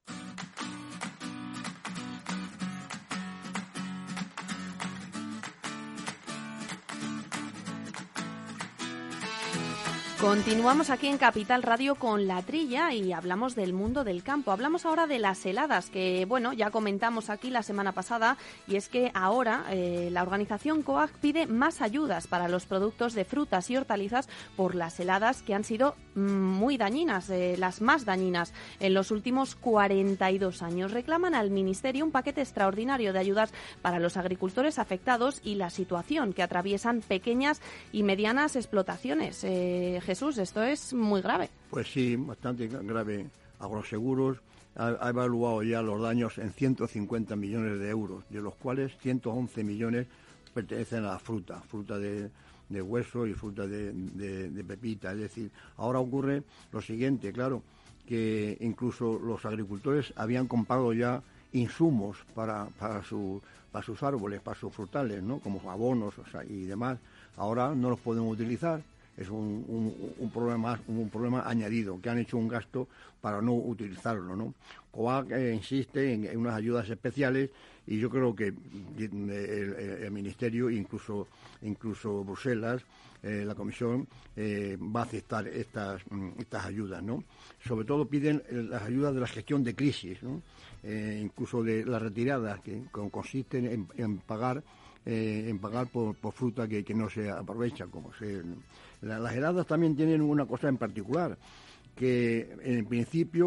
Continuamos aquí en Capital Radio con La Trilla y hablamos del mundo del campo. Hablamos ahora de las heladas, que bueno, ya comentamos aquí la semana pasada, y es que ahora eh, la organización COAG pide más ayudas para los productos de frutas y hortalizas por las heladas que han sido mm, muy dañinas, eh, las más dañinas en los últimos cuarenta y dos años. Reclaman al Ministerio un paquete extraordinario de ayudas para los agricultores afectados y la situación que atraviesan pequeñas y medianas explotaciones. Eh, Jesús, esto es muy grave. Pues sí, bastante grave. Agroseguros ha, ha evaluado ya los daños en ciento cincuenta millones de euros, de los cuales ciento once millones pertenecen a la fruta, fruta de, de hueso y fruta de, de, de pepita. Es decir, ahora ocurre lo siguiente, claro, que incluso los agricultores habían comprado ya insumos para, para, su, para sus árboles, para sus frutales, ¿no? Como abonos, o sea, y demás. Ahora no los pueden utilizar. Es un, un, un problema un problema añadido, que han hecho un gasto para no utilizarlo, ¿no? COAG eh, insiste en, en unas ayudas especiales y yo creo que el, el, el Ministerio, incluso incluso Bruselas, eh, la Comisión, eh, va a aceptar estas estas ayudas, ¿no? Sobre todo piden las ayudas de la gestión de crisis, ¿no? Eh, incluso de las retiradas, que consisten en, en pagar eh, en pagar por, por fruta que, que no se aprovecha, como se... Las heladas también tienen una cosa en particular, que en principio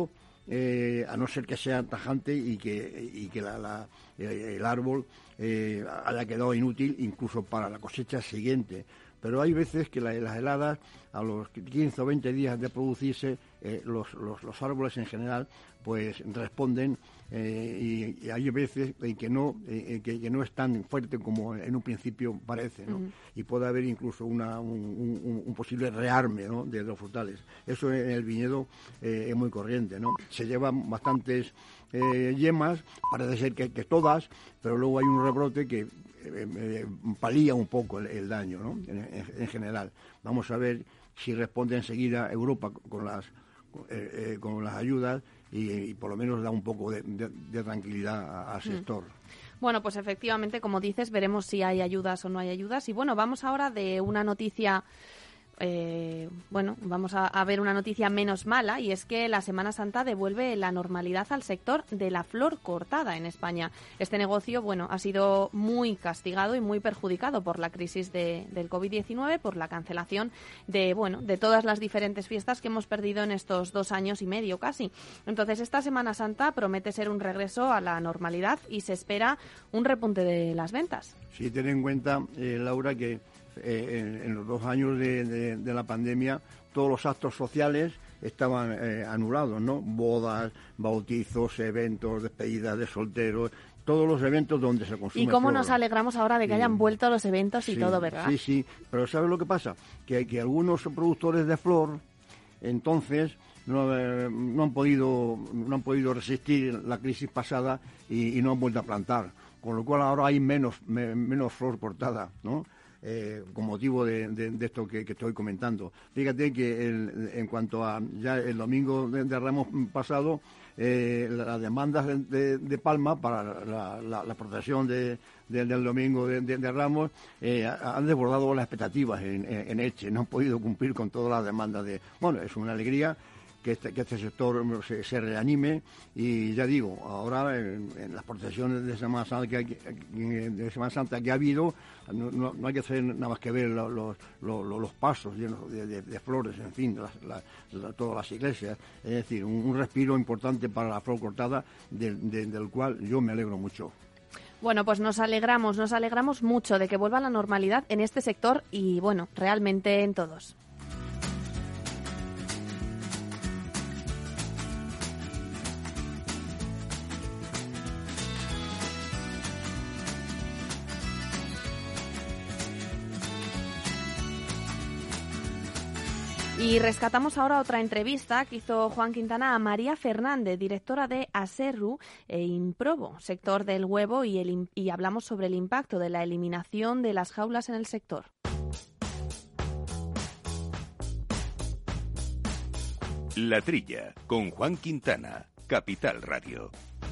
eh, a no ser que sea tajante y que, y que la, la, el árbol eh, haya quedado inútil incluso para la cosecha siguiente. Pero hay veces que la, las heladas, a los quince o veinte días de producirse, eh, los, los, los árboles en general pues responden eh, y, y hay veces en que no eh, que, que no es tan fuerte como en un principio parece, ¿no? Uh-huh. Y puede haber incluso una, un, un, un posible rearme, ¿no?, de los frutales. Eso en el viñedo eh, es muy corriente, ¿no? Se llevan bastantes eh, yemas, parece ser que, que todas, pero luego hay un rebrote que eh, eh, palía un poco el, el daño, ¿no?, en, en, en general. Vamos a ver si responde enseguida Europa con las eh, eh, con las ayudas y, y por lo menos da un poco de, de, de tranquilidad al sector. Mm. Bueno, pues efectivamente, como dices, veremos si hay ayudas o no hay ayudas. Y bueno, vamos ahora de una noticia... Eh, bueno, vamos a, a ver una noticia menos mala, y es que la Semana Santa devuelve la normalidad al sector de la flor cortada en España. Este negocio, bueno, ha sido muy castigado y muy perjudicado por la crisis de, del covid diecinueve, por la cancelación de, bueno, de todas las diferentes fiestas que hemos perdido en estos dos años y medio casi. Entonces, esta Semana Santa promete ser un regreso a la normalidad y se espera un repunte de las ventas. Sí, ten en cuenta, eh, Laura, que Eh, en, en los dos años de, de, de la pandemia todos los actos sociales estaban eh, anulados, ¿no? Bodas, bautizos, eventos, despedidas de solteros, todos los eventos donde se consume Y cómo flor. Nos alegramos ahora de que sí. hayan vuelto los eventos y sí, todo, ¿verdad? Sí, sí, pero ¿sabes lo que pasa? Que, que algunos productores de flor, entonces, no, eh, no han podido no han podido resistir la crisis pasada y, y no han vuelto a plantar, con lo cual ahora hay menos me, menos flor cortada, ¿no? Eh, con motivo de, de, de esto que, que estoy comentando. Fíjate que el, en cuanto a ya el domingo de, de Ramos pasado, eh, las demandas de, de, de Palma para la, la, la procesión de, de, del domingo de, de, de Ramos eh, han desbordado las expectativas en, en, en Elche. No han podido cumplir con todas las demandas de... Bueno, es una alegría que este, que este sector se, se reanime, y ya digo, ahora en, en las procesiones de Semana Santa que, hay, de Semana Santa que ha habido, no, no, no hay que hacer nada más que ver los, los, los, los pasos llenos de, de, de flores, en fin, las, las, las, todas las iglesias. Es decir, un, un respiro importante para la flor cortada, de, de, del cual yo me alegro mucho. Bueno, pues nos alegramos, nos alegramos mucho de que vuelva la normalidad en este sector y, bueno, realmente en todos. Y rescatamos ahora otra entrevista que hizo Juan Quintana a María Fernández, directora de Aserru e Improbo, sector del huevo, y, el, y hablamos sobre el impacto de la eliminación de las jaulas en el sector. La Trilla, con Juan Quintana, Capital Radio.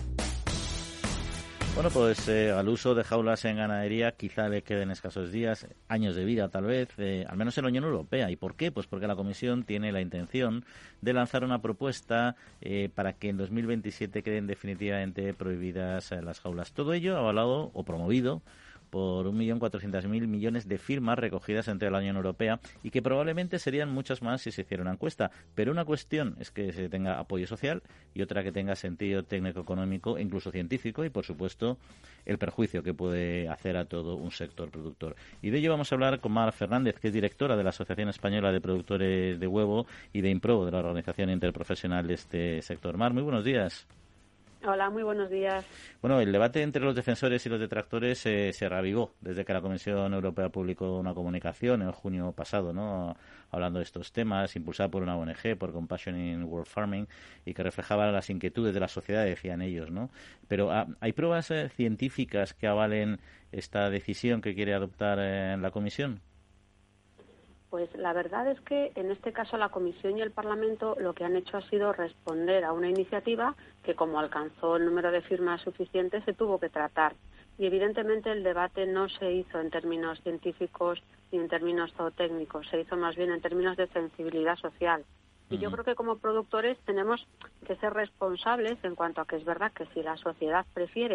Bueno, pues eh, al uso de jaulas en ganadería quizá le queden escasos días, años de vida tal vez, eh, al menos en la Unión Europea. ¿Y por qué? Pues porque la Comisión tiene la intención de lanzar una propuesta eh, para que en dos mil veintisiete queden definitivamente prohibidas eh, las jaulas. Todo ello avalado o promovido por un millón cuatrocientos mil millones de firmas recogidas entre la Unión Europea, y que probablemente serían muchas más si se hiciera una encuesta. Pero una cuestión es que se tenga apoyo social y otra que tenga sentido técnico-económico, incluso científico, y por supuesto el perjuicio que puede hacer a todo un sector productor. Y de ello vamos a hablar con Mar Fernández, que es directora de la Asociación Española de Productores de Huevo y de Improbo, de la Organización Interprofesional de este sector. Mar, muy buenos días. Hola, muy buenos días. Bueno, el debate entre los defensores y los detractores eh, se reavivó desde que la Comisión Europea publicó una comunicación en junio pasado, ¿no?, hablando de estos temas, impulsada por una O N G, por Compassion in World Farming, y que reflejaba las inquietudes de la sociedad, decían ellos, ¿no? Pero ah, ¿hay pruebas eh, científicas que avalen esta decisión que quiere adoptar eh, la Comisión? Pues la verdad es que en este caso la Comisión y el Parlamento lo que han hecho ha sido responder a una iniciativa que, como alcanzó el número de firmas suficiente, se tuvo que tratar. Y evidentemente el debate no se hizo en términos científicos ni en términos zootécnicos, se hizo más bien en términos de sensibilidad social. Y yo creo que como productores tenemos que ser responsables en cuanto a que es verdad que si la sociedad prefiere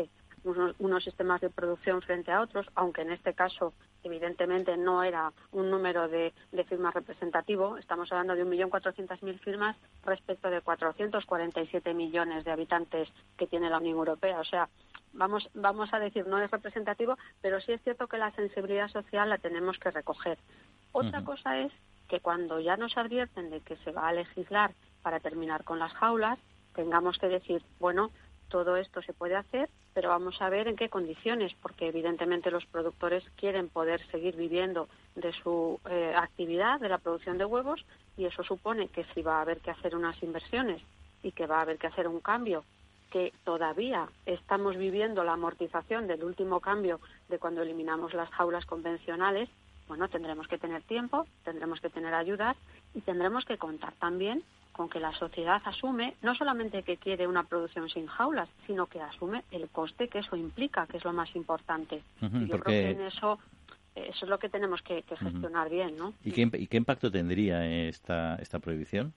unos, unos sistemas de producción frente a otros, aunque en este caso evidentemente no era un número de, de firmas representativo. Estamos hablando de un millón cuatrocientas mil firmas respecto de cuatrocientos cuarenta y siete millones de habitantes que tiene la Unión Europea. O sea, vamos, vamos a decir, no es representativo, pero sí es cierto que la sensibilidad social la tenemos que recoger. Otra uh-huh. cosa es que cuando ya nos advierten de que se va a legislar para terminar con las jaulas, tengamos que decir, bueno, todo esto se puede hacer, pero vamos a ver en qué condiciones, porque evidentemente los productores quieren poder seguir viviendo de su eh, actividad, de la producción de huevos, y eso supone que si va a haber que hacer unas inversiones y que va a haber que hacer un cambio, que todavía estamos viviendo la amortización del último cambio de cuando eliminamos las jaulas convencionales, bueno, tendremos que tener tiempo, tendremos que tener ayudas y tendremos que contar también con que la sociedad asume no solamente que quiere una producción sin jaulas, sino que asume el coste que eso implica, que es lo más importante. Uh-huh, y yo porque... creo que en eso eso es lo que tenemos que, que gestionar uh-huh. bien, ¿no? ¿Y qué, ¿Y qué impacto tendría esta esta prohibición?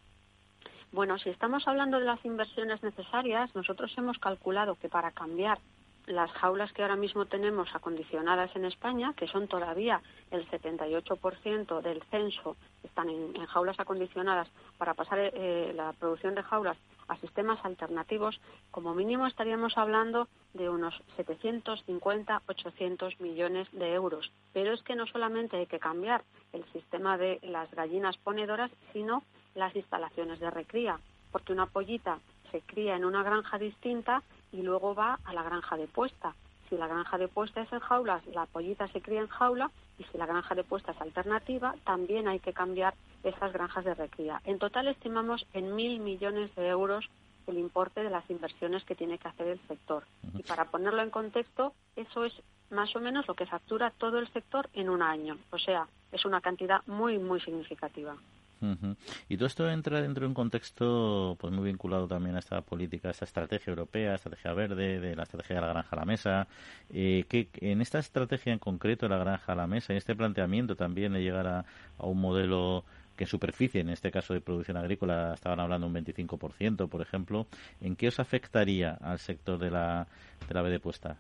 Bueno, si estamos hablando de las inversiones necesarias, nosotros hemos calculado que para cambiar las jaulas que ahora mismo tenemos acondicionadas en España, que son todavía el setenta y ocho por ciento del censo, están en, en jaulas acondicionadas, para pasar eh, la producción de jaulas a sistemas alternativos, como mínimo estaríamos hablando de unos setecientos cincuenta, ochocientos millones de euros. Pero es que no solamente hay que cambiar el sistema de las gallinas ponedoras, sino las instalaciones de recría, porque una pollita se cría en una granja distinta y luego va a la granja de puesta. Si la granja de puesta es en jaulas, la pollita se cría en jaula, y si la granja de puesta es alternativa, también hay que cambiar esas granjas de recría. En total estimamos en mil millones de euros el importe de las inversiones que tiene que hacer el sector. Y para ponerlo en contexto, eso es más o menos lo que factura todo el sector en un año. O sea, es una cantidad muy, muy significativa. Uh-huh. Y todo esto entra dentro de un contexto pues muy vinculado también a esta política, a esta estrategia europea, estrategia verde, de la estrategia de la granja a la mesa. Eh, que en esta estrategia en concreto de la granja a la mesa, en este planteamiento también de llegar a, a un modelo que en superficie, en este caso de producción agrícola, estaban hablando un veinticinco por ciento, por ejemplo, ¿en qué os afectaría al sector de la, de la ave de puesta?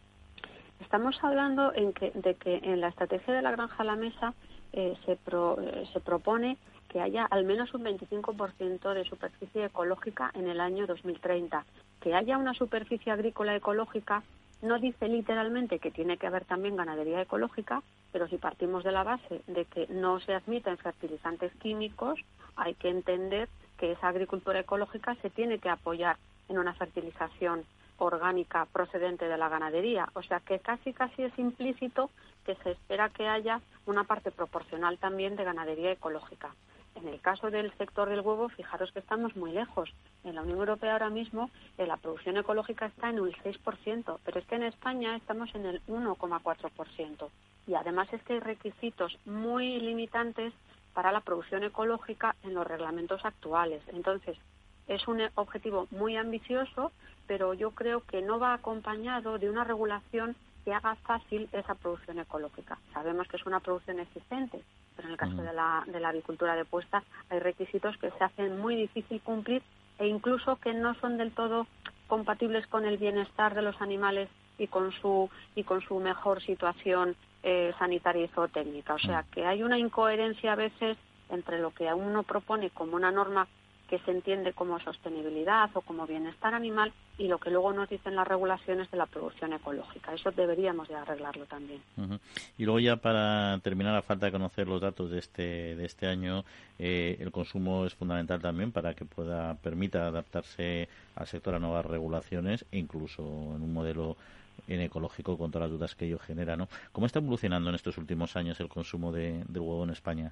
Estamos hablando en que, de que en la estrategia de la granja a la mesa eh, se, pro, eh, se propone que haya al menos un veinticinco por ciento de superficie ecológica en el año dos mil treinta. Que haya una superficie agrícola ecológica no dice literalmente que tiene que haber también ganadería ecológica, pero si partimos de la base de que no se admiten fertilizantes químicos, hay que entender que esa agricultura ecológica se tiene que apoyar en una fertilización orgánica procedente de la ganadería. O sea que casi casi es implícito que se espera que haya una parte proporcional también de ganadería ecológica. En el caso del sector del huevo, fijaros que estamos muy lejos. En la Unión Europea ahora mismo eh, la producción ecológica está en un seis por ciento, pero es que en España estamos en el uno coma cuatro por ciento. Y además es que hay requisitos muy limitantes para la producción ecológica en los reglamentos actuales. Entonces, es un objetivo muy ambicioso, pero yo creo que no va acompañado de una regulación que haga fácil esa producción ecológica. Sabemos que es una producción existente, pero en el caso de la, de la agricultura de puesta hay requisitos que se hacen muy difícil cumplir e incluso que no son del todo compatibles con el bienestar de los animales y con su y con su mejor situación eh, sanitaria y zootécnica. O sea, que hay una incoherencia a veces entre lo que uno propone como una norma que se entiende como sostenibilidad o como bienestar animal y lo que luego nos dicen las regulaciones de la producción ecológica. Eso deberíamos de arreglarlo también. Uh-huh. Y luego ya para terminar, a falta de conocer los datos de este de este año, eh, el consumo es fundamental también para que pueda permita adaptarse al sector a nuevas regulaciones e incluso en un modelo en ecológico con todas las dudas que ello genera, ¿no? ¿Cómo está evolucionando en estos últimos años el consumo de, del huevo en España?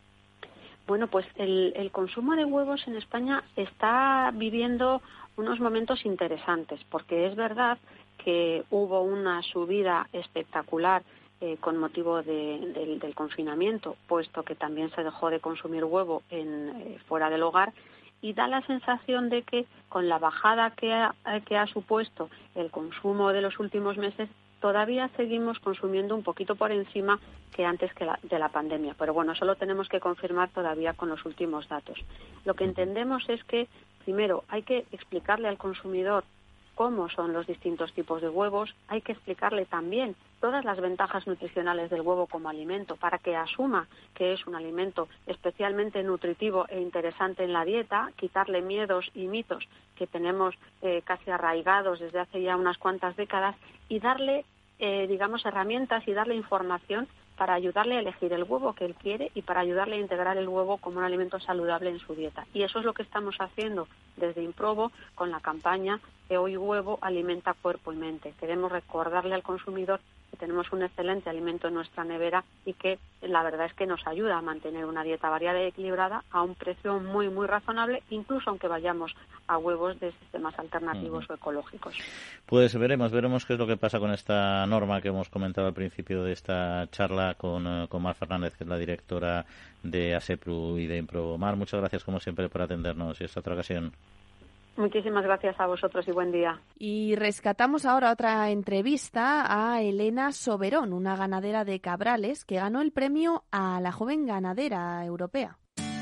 Bueno, pues el, el consumo de huevos en España está viviendo unos momentos interesantes, porque es verdad que hubo una subida espectacular eh, con motivo de, de, del confinamiento, puesto que también se dejó de consumir huevo en, eh, fuera del hogar, y da la sensación de que con la bajada que ha, que ha supuesto el consumo de los últimos meses, todavía seguimos consumiendo un poquito por encima que antes que la, de la pandemia. Pero bueno, eso lo tenemos que confirmar todavía con los últimos datos. Lo que entendemos es que, primero, hay que explicarle al consumidor cómo son los distintos tipos de huevos, hay que explicarle también todas las ventajas nutricionales del huevo como alimento para que asuma que es un alimento especialmente nutritivo e interesante en la dieta, quitarle miedos y mitos que tenemos eh, casi arraigados desde hace ya unas cuantas décadas y darle, eh, digamos, herramientas y darle información para ayudarle a elegir el huevo que él quiere y para ayudarle a integrar el huevo como un alimento saludable en su dieta. Y eso es lo que estamos haciendo desde Improbo con la campaña que Hoy Huevo alimenta cuerpo y mente. Queremos recordarle al consumidor que tenemos un excelente alimento en nuestra nevera y que la verdad es que nos ayuda a mantener una dieta variada y equilibrada a un precio muy, muy razonable, incluso aunque vayamos a huevos de sistemas alternativos uh-huh. o ecológicos. Pues veremos, veremos qué es lo que pasa con esta norma que hemos comentado al principio de esta charla con, con Mar Fernández, que es la directora de ASEPRU y de Improbo. Mar, muchas gracias como siempre por atendernos y esta otra ocasión. Muchísimas gracias a vosotros y buen día. Y rescatamos ahora otra entrevista a Elena Soberón, una ganadera de Cabrales que ganó el premio a la joven ganadera europea.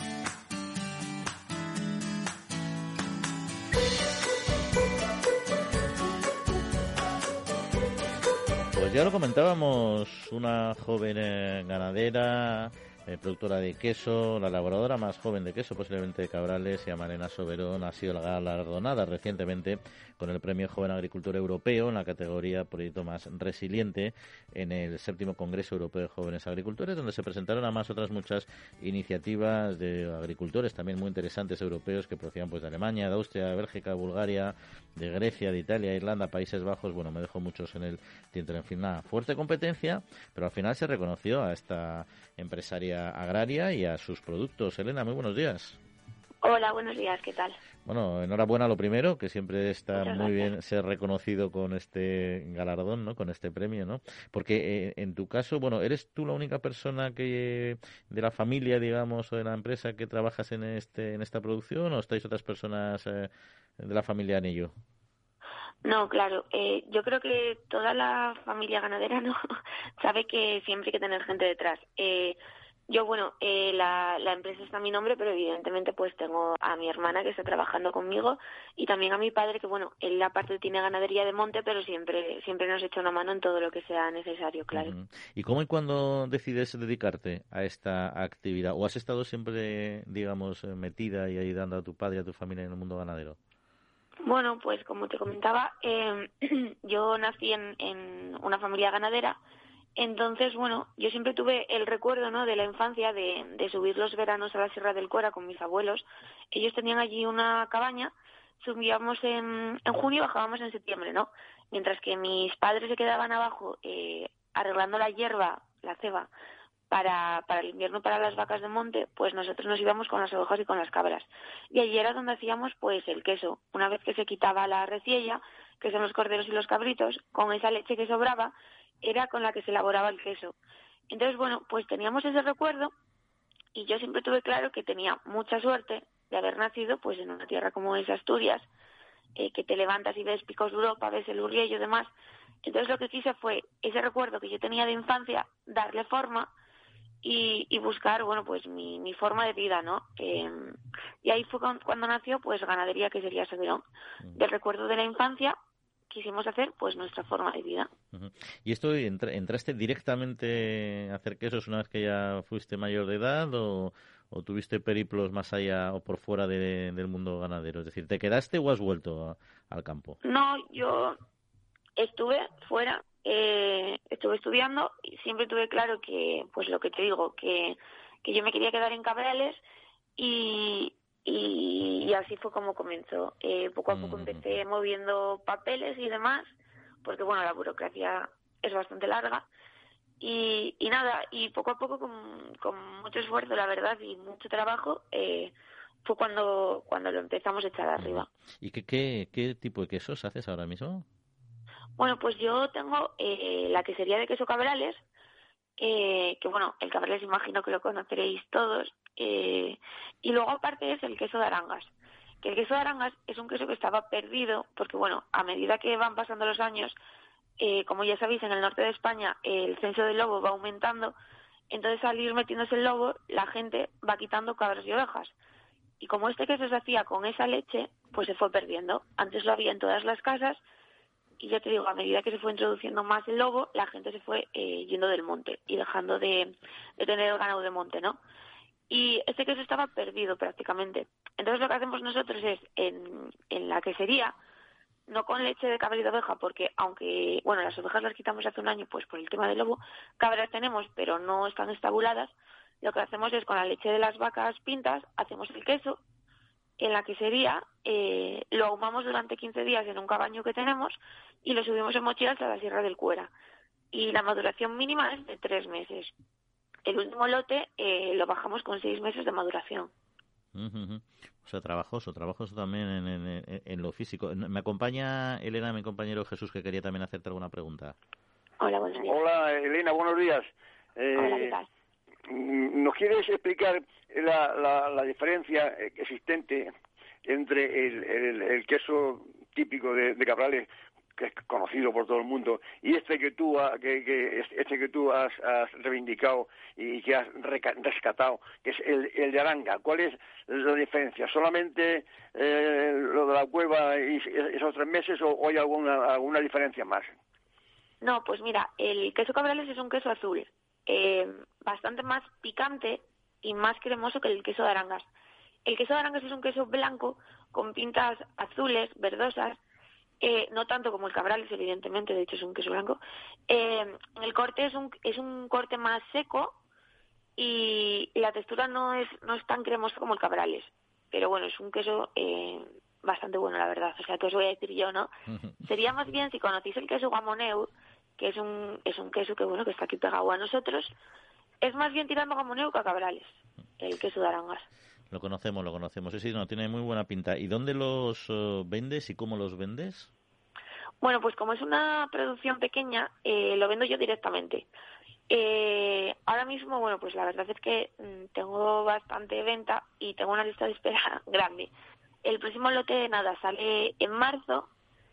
Pues ya lo comentábamos, una joven eh, ganadera, eh, productora de queso, la elaboradora más joven de queso posiblemente de Cabrales, se llama Elena Soberón, ha sido galardonada recientemente con el Premio Joven Agricultor Europeo en la categoría Proyecto Más Resiliente en el séptimo Congreso Europeo de Jóvenes Agricultores, donde se presentaron además otras muchas iniciativas de agricultores también muy interesantes europeos que procedían pues de Alemania, de Austria, de Bélgica, Bulgaria, de Grecia, de Italia, Irlanda, Países Bajos. Bueno, me dejo muchos en el tintero. En fin, una fuerte competencia, pero al final se reconoció a esta empresaria agraria y a sus productos. Elena, muy buenos días. Hola, buenos días, ¿qué tal? Bueno, enhorabuena lo primero, que siempre está Muchas muy gracias. bien ser reconocido con este galardón, ¿no? Con este premio, ¿no? Porque eh, en tu caso, bueno, ¿eres tú la única persona que de la familia, digamos, o de la empresa que trabajas en este en esta producción, o estáis otras personas eh, de la familia en ello? No, claro, eh, yo creo que toda la familia ganadera no sabe que siempre hay que tener gente detrás. Eh, Yo, bueno, eh, la, la empresa está a mi nombre, pero evidentemente pues tengo a mi hermana que está trabajando conmigo y también a mi padre que, bueno, él aparte tiene ganadería de monte, pero siempre siempre nos echa una mano en todo lo que sea necesario, claro. Uh-huh. ¿Y cómo y cuándo decides dedicarte a esta actividad? ¿O has estado siempre, digamos, metida y ayudando a tu padre y a tu familia en el mundo ganadero? Bueno, pues como te comentaba, eh, yo nací en, en una familia ganadera. Entonces, bueno, yo siempre tuve el recuerdo, ¿no?, de la infancia de, de subir los veranos a la Sierra del Cora con mis abuelos. Ellos tenían allí una cabaña, subíamos en, en junio y bajábamos en septiembre, ¿no? Mientras que mis padres se quedaban abajo eh, arreglando la hierba, la ceba, para, para el invierno para las vacas de monte, pues nosotros nos íbamos con las ovejas y con las cabras. Y allí era donde hacíamos pues el queso. Una vez que se quitaba la reciella, que son los corderos y los cabritos, con esa leche que sobraba, era con la que se elaboraba el queso. Entonces, bueno, pues teníamos ese recuerdo y yo siempre tuve claro que tenía mucha suerte de haber nacido pues en una tierra como es Asturias, eh, que te levantas y ves picos de Europa, ves el Urriello y demás. Entonces lo que quise fue ese recuerdo que yo tenía de infancia, darle forma y, y buscar, bueno, pues mi, mi forma de vida, ¿no? Eh, y ahí fue cuando nació pues Ganadería, que sería Soberón. Del recuerdo de la infancia quisimos hacer pues nuestra forma de vida. Uh-huh. ¿Y esto entra, entraste directamente a hacer quesos una vez que ya fuiste mayor de edad o, o tuviste periplos más allá o por fuera de, del mundo ganadero? Es decir, ¿te quedaste o has vuelto a, al campo? No, yo estuve fuera, eh, estuve estudiando y siempre tuve claro que, pues lo que te digo, que, que yo me quería quedar en Cabrales y Y, y así fue como comenzó. Eh, poco a poco empecé moviendo papeles y demás, porque bueno, la burocracia es bastante larga. Y, y nada, y poco a poco, con, con mucho esfuerzo, la verdad, y mucho trabajo, eh, fue cuando cuando lo empezamos a echar arriba. ¿Y qué, qué, qué tipo de quesos haces ahora mismo? Bueno, pues yo tengo eh, la quesería de queso Cabrales, eh, que bueno, el Cabrales imagino que lo conoceréis todos. Eh, y luego aparte es el queso de Arangas, que el queso de Arangas es un queso que estaba perdido porque bueno, a medida que van pasando los años, eh, como ya sabéis, en el norte de España el censo del lobo va aumentando, entonces al ir metiéndose el lobo la gente va quitando cabras y ovejas Y como este queso se hacía con esa leche, pues se fue perdiendo. Antes lo había en todas las casas y ya te digo, a medida que se fue introduciendo más el lobo, la gente se fue eh, yendo del monte y dejando de, de tener el ganado de monte, ¿no? Y este queso estaba perdido prácticamente. Entonces lo que hacemos nosotros es, en, en la quesería, no con leche de cabra y de oveja, porque aunque, bueno, las ovejas las quitamos hace un año, pues por el tema del lobo, cabras tenemos, pero no están estabuladas. Lo que hacemos es con la leche de las vacas pintas, hacemos el queso, en la quesería eh, lo ahumamos durante quince días en un cabaño que tenemos y lo subimos en mochilas a la Sierra del Cuera. Y la maduración mínima es de tres meses. El último lote eh, lo bajamos con seis meses de maduración. Uh-huh. O sea, trabajoso, trabajoso también en, en, en, en lo físico. Me acompaña Elena, mi compañero Jesús, que quería también hacerte alguna pregunta. Hola, buenos días. Hola, Elena, buenos días. Eh, Hola, ¿qué tal? ¿Nos quieres explicar la, la, la diferencia existente entre el, el, el queso típico de, de Cabrales, que es conocido por todo el mundo, y este que tú que, que este que tú has, has reivindicado y que has rescatado, que es el, el de Aranga? ¿Cuál es la diferencia? ¿Solamente eh, lo de la cueva y esos tres meses o, o hay alguna alguna diferencia más? No, pues mira, el queso Cabrales es un queso azul, eh, bastante más picante y más cremoso que el queso de Arangas. El queso de Arangas es un queso blanco con pintas azules, verdosas, eh, no tanto como el Cabrales, evidentemente, de hecho es un queso blanco. Eh, el corte es un es un corte más seco y, y la textura no es no es tan cremosa como el Cabrales, pero bueno, es un queso eh, bastante bueno, la verdad. O sea, ¿qué os voy a decir yo, no? Sería más bien si conocéis el queso Gamoneu, que es un es un queso que bueno que está aquí pegado a nosotros, es más bien tirando a Gamoneu que a Cabrales, el queso de Arangas. Lo conocemos, lo conocemos. Sí, sí, no, tiene muy buena pinta. ¿Y dónde los uh, vendes y cómo los vendes? Bueno, pues como es una producción pequeña, eh, lo vendo yo directamente. Eh, ahora mismo, bueno, pues la verdad es que mmm, tengo bastante venta y tengo una lista de espera grande. El próximo lote, nada, sale en marzo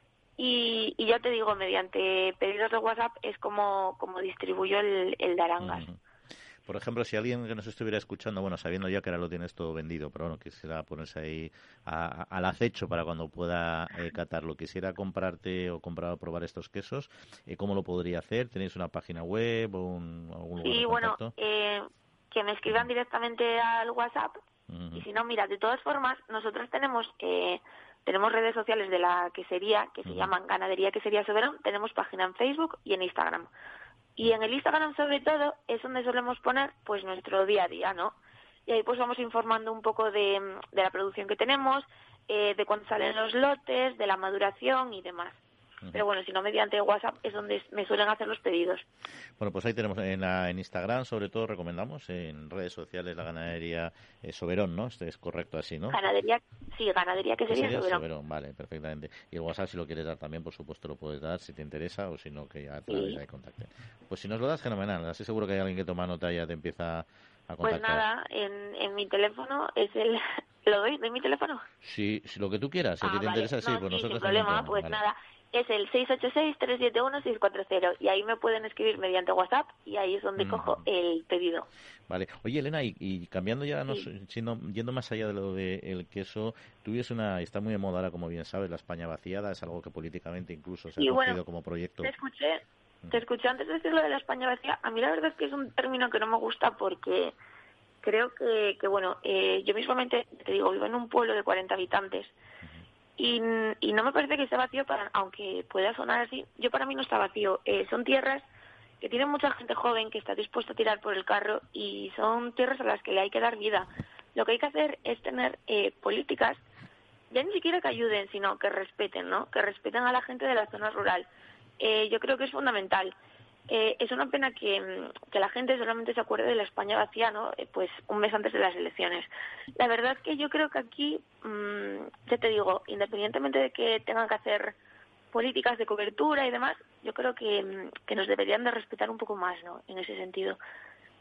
y, y ya te digo, mediante pedidos de WhatsApp es como, como distribuyo el, el de Arangas. Uh-huh. Por ejemplo, si alguien que nos estuviera escuchando, bueno, sabiendo ya que ahora lo tienes todo vendido, pero bueno, quisiera ponerse ahí a, a, al acecho para cuando pueda eh, catarlo, quisiera comprarte o comprar o probar estos quesos, eh, ¿cómo lo podría hacer? ¿Tenéis una página web o un, algún lugar sí, de bueno, contacto? eh, que me escriban uh-huh. directamente al WhatsApp. Uh-huh. Y si no, mira, de todas formas, nosotros tenemos eh, tenemos redes sociales de la quesería que se uh-huh. llaman Ganadería Quesería Soberón, tenemos página en Facebook y en Instagram. Y en el Instagram, sobre todo, es donde solemos poner pues nuestro día a día, ¿no? Y ahí pues vamos informando un poco de, de la producción que tenemos, eh, de cuándo salen los lotes, de la maduración y demás. Uh-huh. Pero bueno, si no, mediante WhatsApp es donde me suelen hacer los pedidos. Bueno, pues ahí tenemos en, la, en Instagram, sobre todo recomendamos, en redes sociales, la ganadería eh, Soberón, ¿no? Este es correcto así, ¿no? Ganadería, sí, ganadería que sería Soberón. Soberón. Vale, perfectamente. Y el WhatsApp, si lo quieres dar también, por supuesto, lo puedes dar si te interesa o si no, que ya a través de ahí contacten. Pues si nos lo das, fenomenal. Así seguro que hay alguien que toma nota y ya te empieza a contactar. Pues nada, en, en mi teléfono es el... ¿Lo doy? ¿Doy mi teléfono? Sí, si lo que tú quieras, si ah, a ti te vale. interesa, sí, no, pues sí, nosotros... sin problema, también, pues vale. nada... Es el seis ocho seis, tres siete uno, seis cuatro cero y ahí me pueden escribir mediante WhatsApp y ahí es donde mm. cojo el pedido. Vale. Oye, Elena, y, y cambiando ya, sí. no, sino, yendo más allá de lo del queso, tuviste una, está muy de moda ahora, como bien sabes, la España vaciada, es algo que políticamente incluso se ha y cogido bueno, como proyecto. Te escuché, te escuché antes de decir lo de la España vacía. A mí la verdad es que es un término que no me gusta porque creo que, que bueno, eh, yo mismamente, te digo, vivo en un pueblo de cuarenta habitantes. Y, y no me parece que esté vacío, para, aunque pueda sonar así, yo para mí no está vacío. Eh, son tierras que tienen mucha gente joven que está dispuesta a tirar por el carro y son tierras a las que le hay que dar vida. Lo que hay que hacer es tener eh, políticas, ya ni siquiera que ayuden, sino que respeten, ¿no? Que respeten a la gente de la zona rural. Eh, yo creo que es fundamental. Eh, es una pena que, que la gente solamente se acuerde de la España vacía, ¿no? Eh, pues un mes antes de las elecciones. La verdad es que yo creo que aquí, mmm, ya te digo, independientemente de que tengan que hacer políticas de cobertura y demás, yo creo que, que nos deberían de respetar un poco más, ¿no? En ese sentido.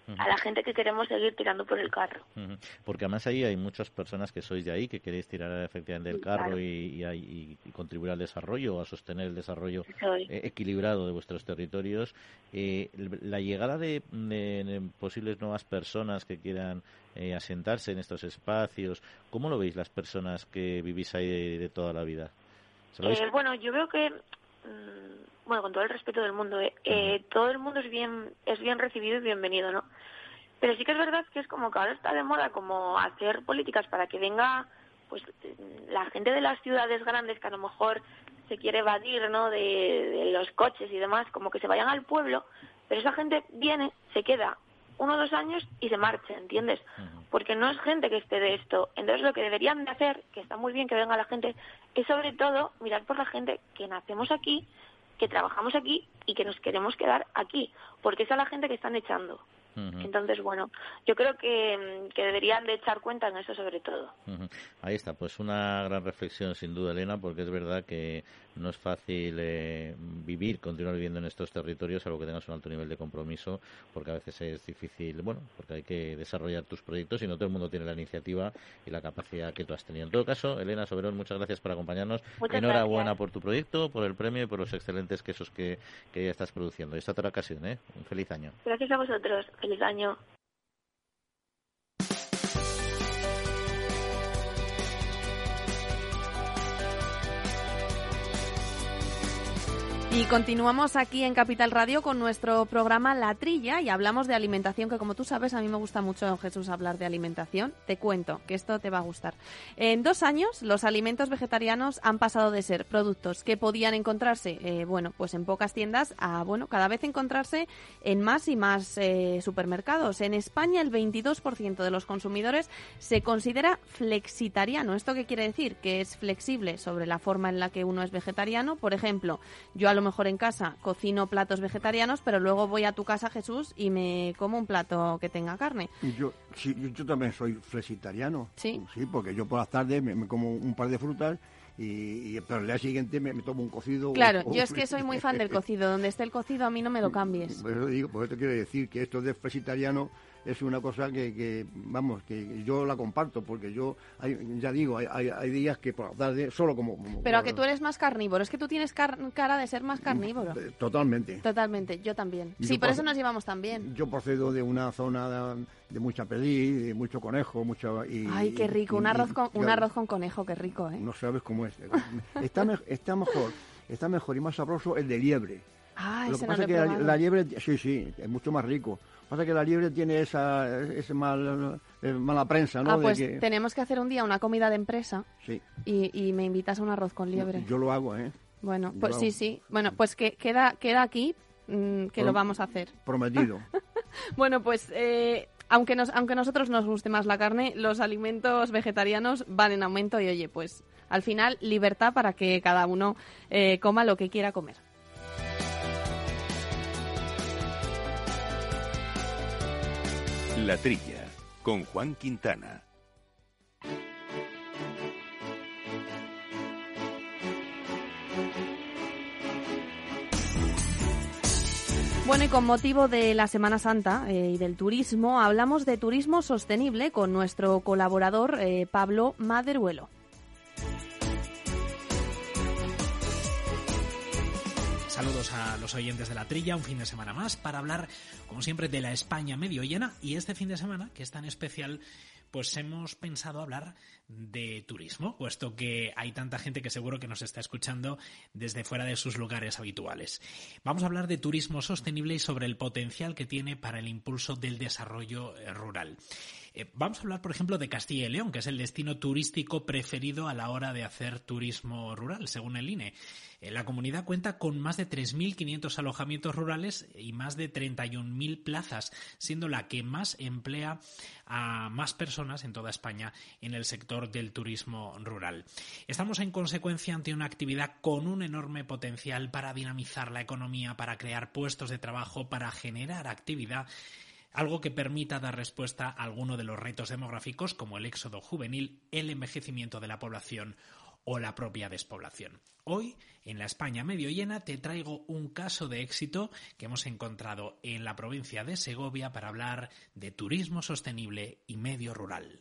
a la gente que queremos seguir tirando por el carro. Uh-huh. Porque además ahí hay muchas personas que sois de ahí, que queréis tirar efectivamente del carro Claro. y, y, y, y contribuir al desarrollo, a sostener el desarrollo eh, equilibrado de vuestros territorios. Eh, la llegada de, de, de posibles nuevas personas que quieran eh, asentarse en estos espacios, ¿cómo lo veis las personas que vivís ahí de, de toda la vida? Eh, bueno, yo veo que, mmm, bueno, con todo el respeto del mundo, eh, eh, todo el mundo es bien es bien recibido y bienvenido, ¿no? Pero sí que es verdad que es como que ahora está de moda como hacer políticas para que venga pues la gente de las ciudades grandes que a lo mejor se quiere evadir, ¿no?, de, de los coches y demás, como que se vayan al pueblo, pero esa gente viene, se queda uno o dos años y se marcha, ¿entiendes? Porque no es gente que esté de esto. Entonces lo que deberían de hacer, que está muy bien que venga la gente, es sobre todo mirar por la gente que nacemos aquí, que trabajamos aquí y que nos queremos quedar aquí, porque esa es la gente que están echando. Uh-huh. Entonces, bueno, yo creo que, que deberían de echar cuenta en eso sobre todo. Uh-huh. Ahí está, pues una gran reflexión sin duda, Elena, porque es verdad que no es fácil eh, vivir, continuar viviendo en estos territorios, salvo que tengas un alto nivel de compromiso, porque a veces es difícil, bueno, porque hay que desarrollar tus proyectos y no todo el mundo tiene la iniciativa y la capacidad que tú has tenido. En todo caso, Elena Soberón, muchas gracias por acompañarnos. Muchas Enhorabuena gracias. por tu proyecto, por el premio y por los excelentes quesos que, que ya estás produciendo. Y esta otra ocasión, ¿eh? Un feliz año. Gracias a vosotros. Feliz año. Y continuamos aquí en Capital Radio con nuestro programa La Trilla y hablamos de alimentación, que como tú sabes, a mí me gusta mucho, Jesús, hablar de alimentación. Te cuento que esto te va a gustar. En dos años, los alimentos vegetarianos han pasado de ser productos que podían encontrarse, eh, bueno, pues en pocas tiendas, a, bueno, cada vez encontrarse en más y más eh, supermercados. En España, el veintidós por ciento de los consumidores se considera flexitariano. ¿Esto qué quiere decir? Que es flexible sobre la forma en la que uno es vegetariano. Por ejemplo, yo a lo mejor en casa cocino platos vegetarianos, pero luego voy a tu casa, Jesús, y me como un plato que tenga carne. Yo sí, yo también soy flexitariano. Sí. Sí, porque yo por las tardes me, me como un par de frutas y, y pero el día siguiente me, me tomo un cocido. Claro, o, o yo es que soy muy fan del cocido. Donde esté el cocido a mí no me lo cambies. Por eso digo, por eso quiero decir que esto de flexitariano es una cosa que, que, vamos, que yo la comparto, porque yo, hay, ya digo, hay, hay, hay días que por la tarde solo como... como Pero a que tú eres más carnívoro, es que tú tienes car- cara de ser más carnívoro. Totalmente. Totalmente, yo también. Y sí, yo por proce- eso nos llevamos tan bien. Yo procedo de una zona de, de mucha pelí, de mucho conejo, mucho... Y, Ay, qué rico, y- un arroz y- con, un claro, arroz con conejo, qué rico, ¿eh? No sabes cómo es. Está, me- está mejor, está mejor y más sabroso el de liebre. Ah, Lo ese que no pasa lo es he que la, probado. la liebre, sí, sí, es mucho más rico. Pasa que la liebre tiene esa, esa mal, eh, mala prensa, ¿no? Ah, De pues que- tenemos que hacer un día una comida de empresa Sí, y, y me invitas a un arroz con liebre. yo lo hago, ¿eh? Bueno, yo pues lo sí, hago. sí. Bueno, pues que queda, queda aquí mm, que Prom- lo vamos a hacer. Prometido. Bueno, pues eh, aunque nos, aunque a nosotros nos guste más la carne, los alimentos vegetarianos van en aumento y oye, pues al final libertad para que cada uno eh, coma lo que quiera comer. La Trilla, con Juan Quintana. Bueno, y con motivo de la Semana Santa eh, y del turismo, hablamos de turismo sostenible con nuestro colaborador eh, Pablo Maderuelo. Saludos a los oyentes de La Trilla, un fin de semana más para hablar, como siempre, de la España medio llena. Y este fin de semana, que es tan especial, pues hemos pensado hablar de turismo, puesto que hay tanta gente que seguro que nos está escuchando desde fuera de sus lugares habituales. Vamos a hablar de turismo sostenible y sobre el potencial que tiene para el impulso del desarrollo eh, rural. Eh, vamos a hablar, por ejemplo, de Castilla y León, que es el destino turístico preferido a la hora de hacer turismo rural, según el I N E. Eh, la comunidad cuenta con más de tres mil quinientos alojamientos rurales y más de treinta y un mil plazas, siendo la que más emplea a más personas en toda España en el sector del turismo rural. Estamos, en consecuencia, ante una actividad con un enorme potencial para dinamizar la economía, para crear puestos de trabajo, para generar actividad, algo que permita dar respuesta a alguno de los retos demográficos como el éxodo juvenil, el envejecimiento de la población o la propia despoblación. Hoy, en la España medio llena, te traigo un caso de éxito que hemos encontrado en la provincia de Segovia para hablar de turismo sostenible y medio rural.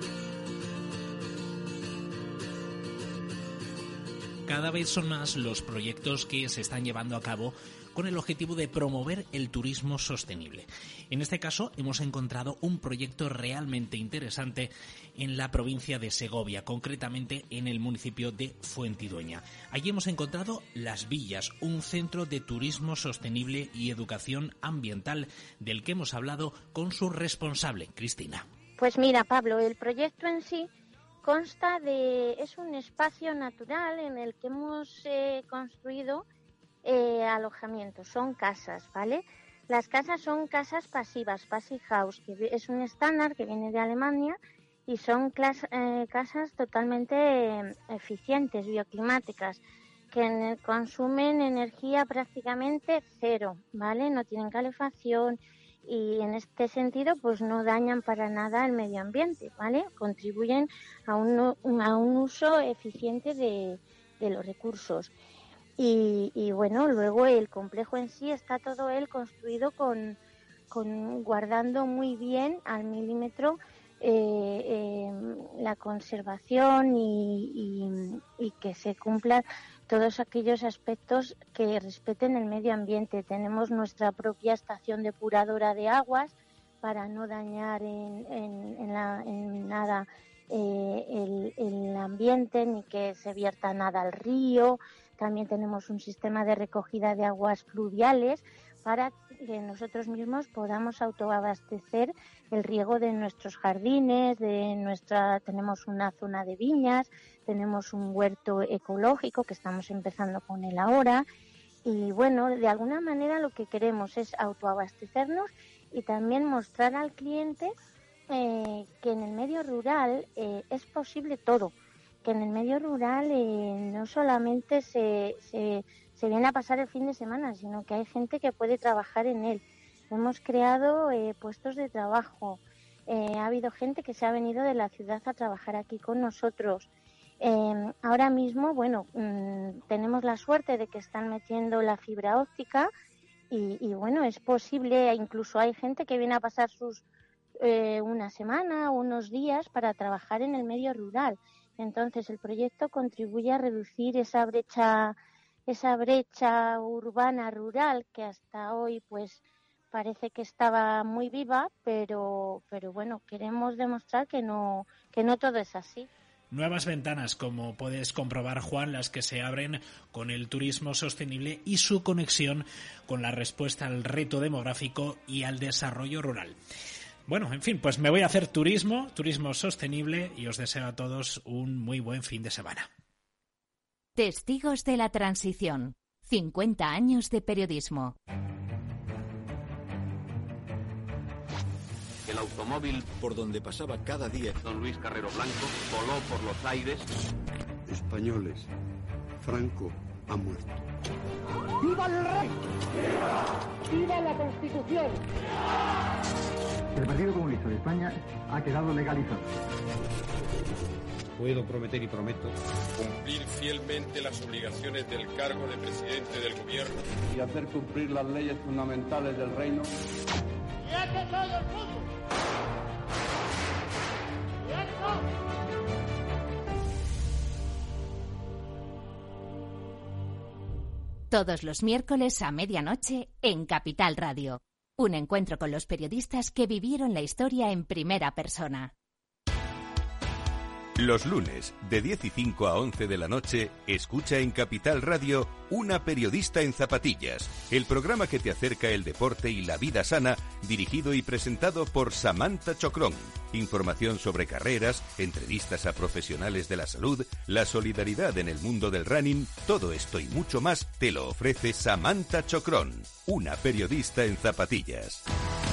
Cada vez son más los proyectos que se están llevando a cabo con el objetivo de promover el turismo sostenible. En este caso, hemos encontrado un proyecto realmente interesante en la provincia de Segovia, concretamente en el municipio de Fuentidueña. Allí hemos encontrado Las Villas, un centro de turismo sostenible y educación ambiental, del que hemos hablado con su responsable, Cristina. Pues mira, Pablo, el proyecto en sí consta de, es un espacio natural en el que hemos eh, construido eh, alojamientos, son casas, ¿vale? Las casas son casas pasivas, passive house, que es un estándar que viene de Alemania y son clas, eh, casas totalmente eh, eficientes, bioclimáticas, que consumen energía prácticamente cero, ¿vale? No tienen calefacción y en este sentido pues no dañan para nada el medio ambiente, ¿vale? Contribuyen a un, a un uso eficiente de, de los recursos. Y, y bueno, luego el complejo en sí está todo él construido con, con guardando muy bien al milímetro eh, eh, la conservación y, y, y que se cumplan todos aquellos aspectos que respeten el medio ambiente. Tenemos nuestra propia estación depuradora de aguas para no dañar en, en, en, la, en nada eh, el, el ambiente ni que se vierta nada al río. También tenemos un sistema de recogida de aguas fluviales para que nosotros mismos podamos autoabastecer el riego de nuestros jardines, de nuestra tenemos una zona de viñas, tenemos un huerto ecológico que estamos empezando con él ahora y bueno, de alguna manera lo que queremos es autoabastecernos y también mostrar al cliente eh, que en el medio rural eh, es posible todo, que en el medio rural eh, no solamente se, se, se viene a pasar el fin de semana, sino que hay gente que puede trabajar en él. Hemos creado eh, puestos de trabajo, eh, ha habido gente que se ha venido de la ciudad a trabajar aquí con nosotros. Eh, ahora mismo, bueno, mmm, tenemos la suerte de que están metiendo la fibra óptica y, y bueno, es posible, incluso hay gente que viene a pasar sus eh, una semana, unos días para trabajar en el medio rural. Entonces, el proyecto contribuye a reducir esa brecha, esa brecha urbana rural que hasta hoy, pues, parece que estaba muy viva, pero, pero bueno, queremos demostrar que no, que no todo es así. Nuevas ventanas, como puedes comprobar, Juan, las que se abren con el turismo sostenible y su conexión con la respuesta al reto demográfico y al desarrollo rural. Bueno, en fin, pues me voy a hacer turismo, turismo sostenible y os deseo a todos un muy buen fin de semana. Testigos de la transición. cincuenta años de periodismo. El automóvil por donde pasaba cada día don Luis Carrero Blanco voló por los aires. Españoles, Franco ha muerto. ¡Viva el rey! ¡Viva la Constitución! El Partido Comunista de España ha quedado legalizado. Puedo prometer y prometo cumplir fielmente las obligaciones del cargo de presidente del gobierno y hacer cumplir las leyes fundamentales del reino. ¡Quieto todo el mundo! ¡Quieto! Todos los miércoles a medianoche en Capital Radio. Un encuentro con los periodistas que vivieron la historia en primera persona. Los lunes, de diez y cinco a once de la noche, escucha en Capital Radio Una periodista en zapatillas, el programa que te acerca el deporte y la vida sana, dirigido y presentado por Samantha Chocrón. Información sobre carreras, entrevistas a profesionales de la salud, la solidaridad en el mundo del running, todo esto y mucho más te lo ofrece Samantha Chocrón, una periodista en zapatillas.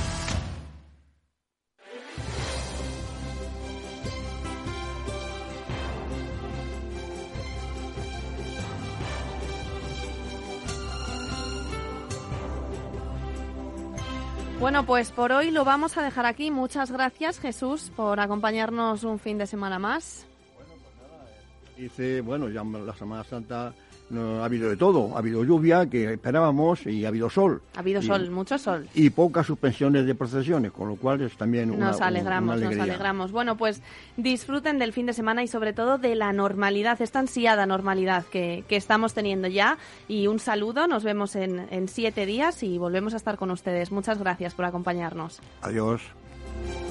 Bueno, pues por hoy lo vamos a dejar aquí. Muchas gracias, Jesús, por acompañarnos un fin de semana más. Dice, bueno, ya la Semana Santa no, ha habido de todo. Ha habido lluvia, que esperábamos, y ha habido sol. Ha habido y, sol, mucho sol. Y pocas suspensiones de procesiones, con lo cual es también una Nos alegramos, una nos alegramos. Bueno, pues disfruten del fin de semana y sobre todo de la normalidad, esta ansiada normalidad que, que estamos teniendo ya. Y un saludo, nos vemos en, en siete días y volvemos a estar con ustedes. Muchas gracias por acompañarnos. Adiós.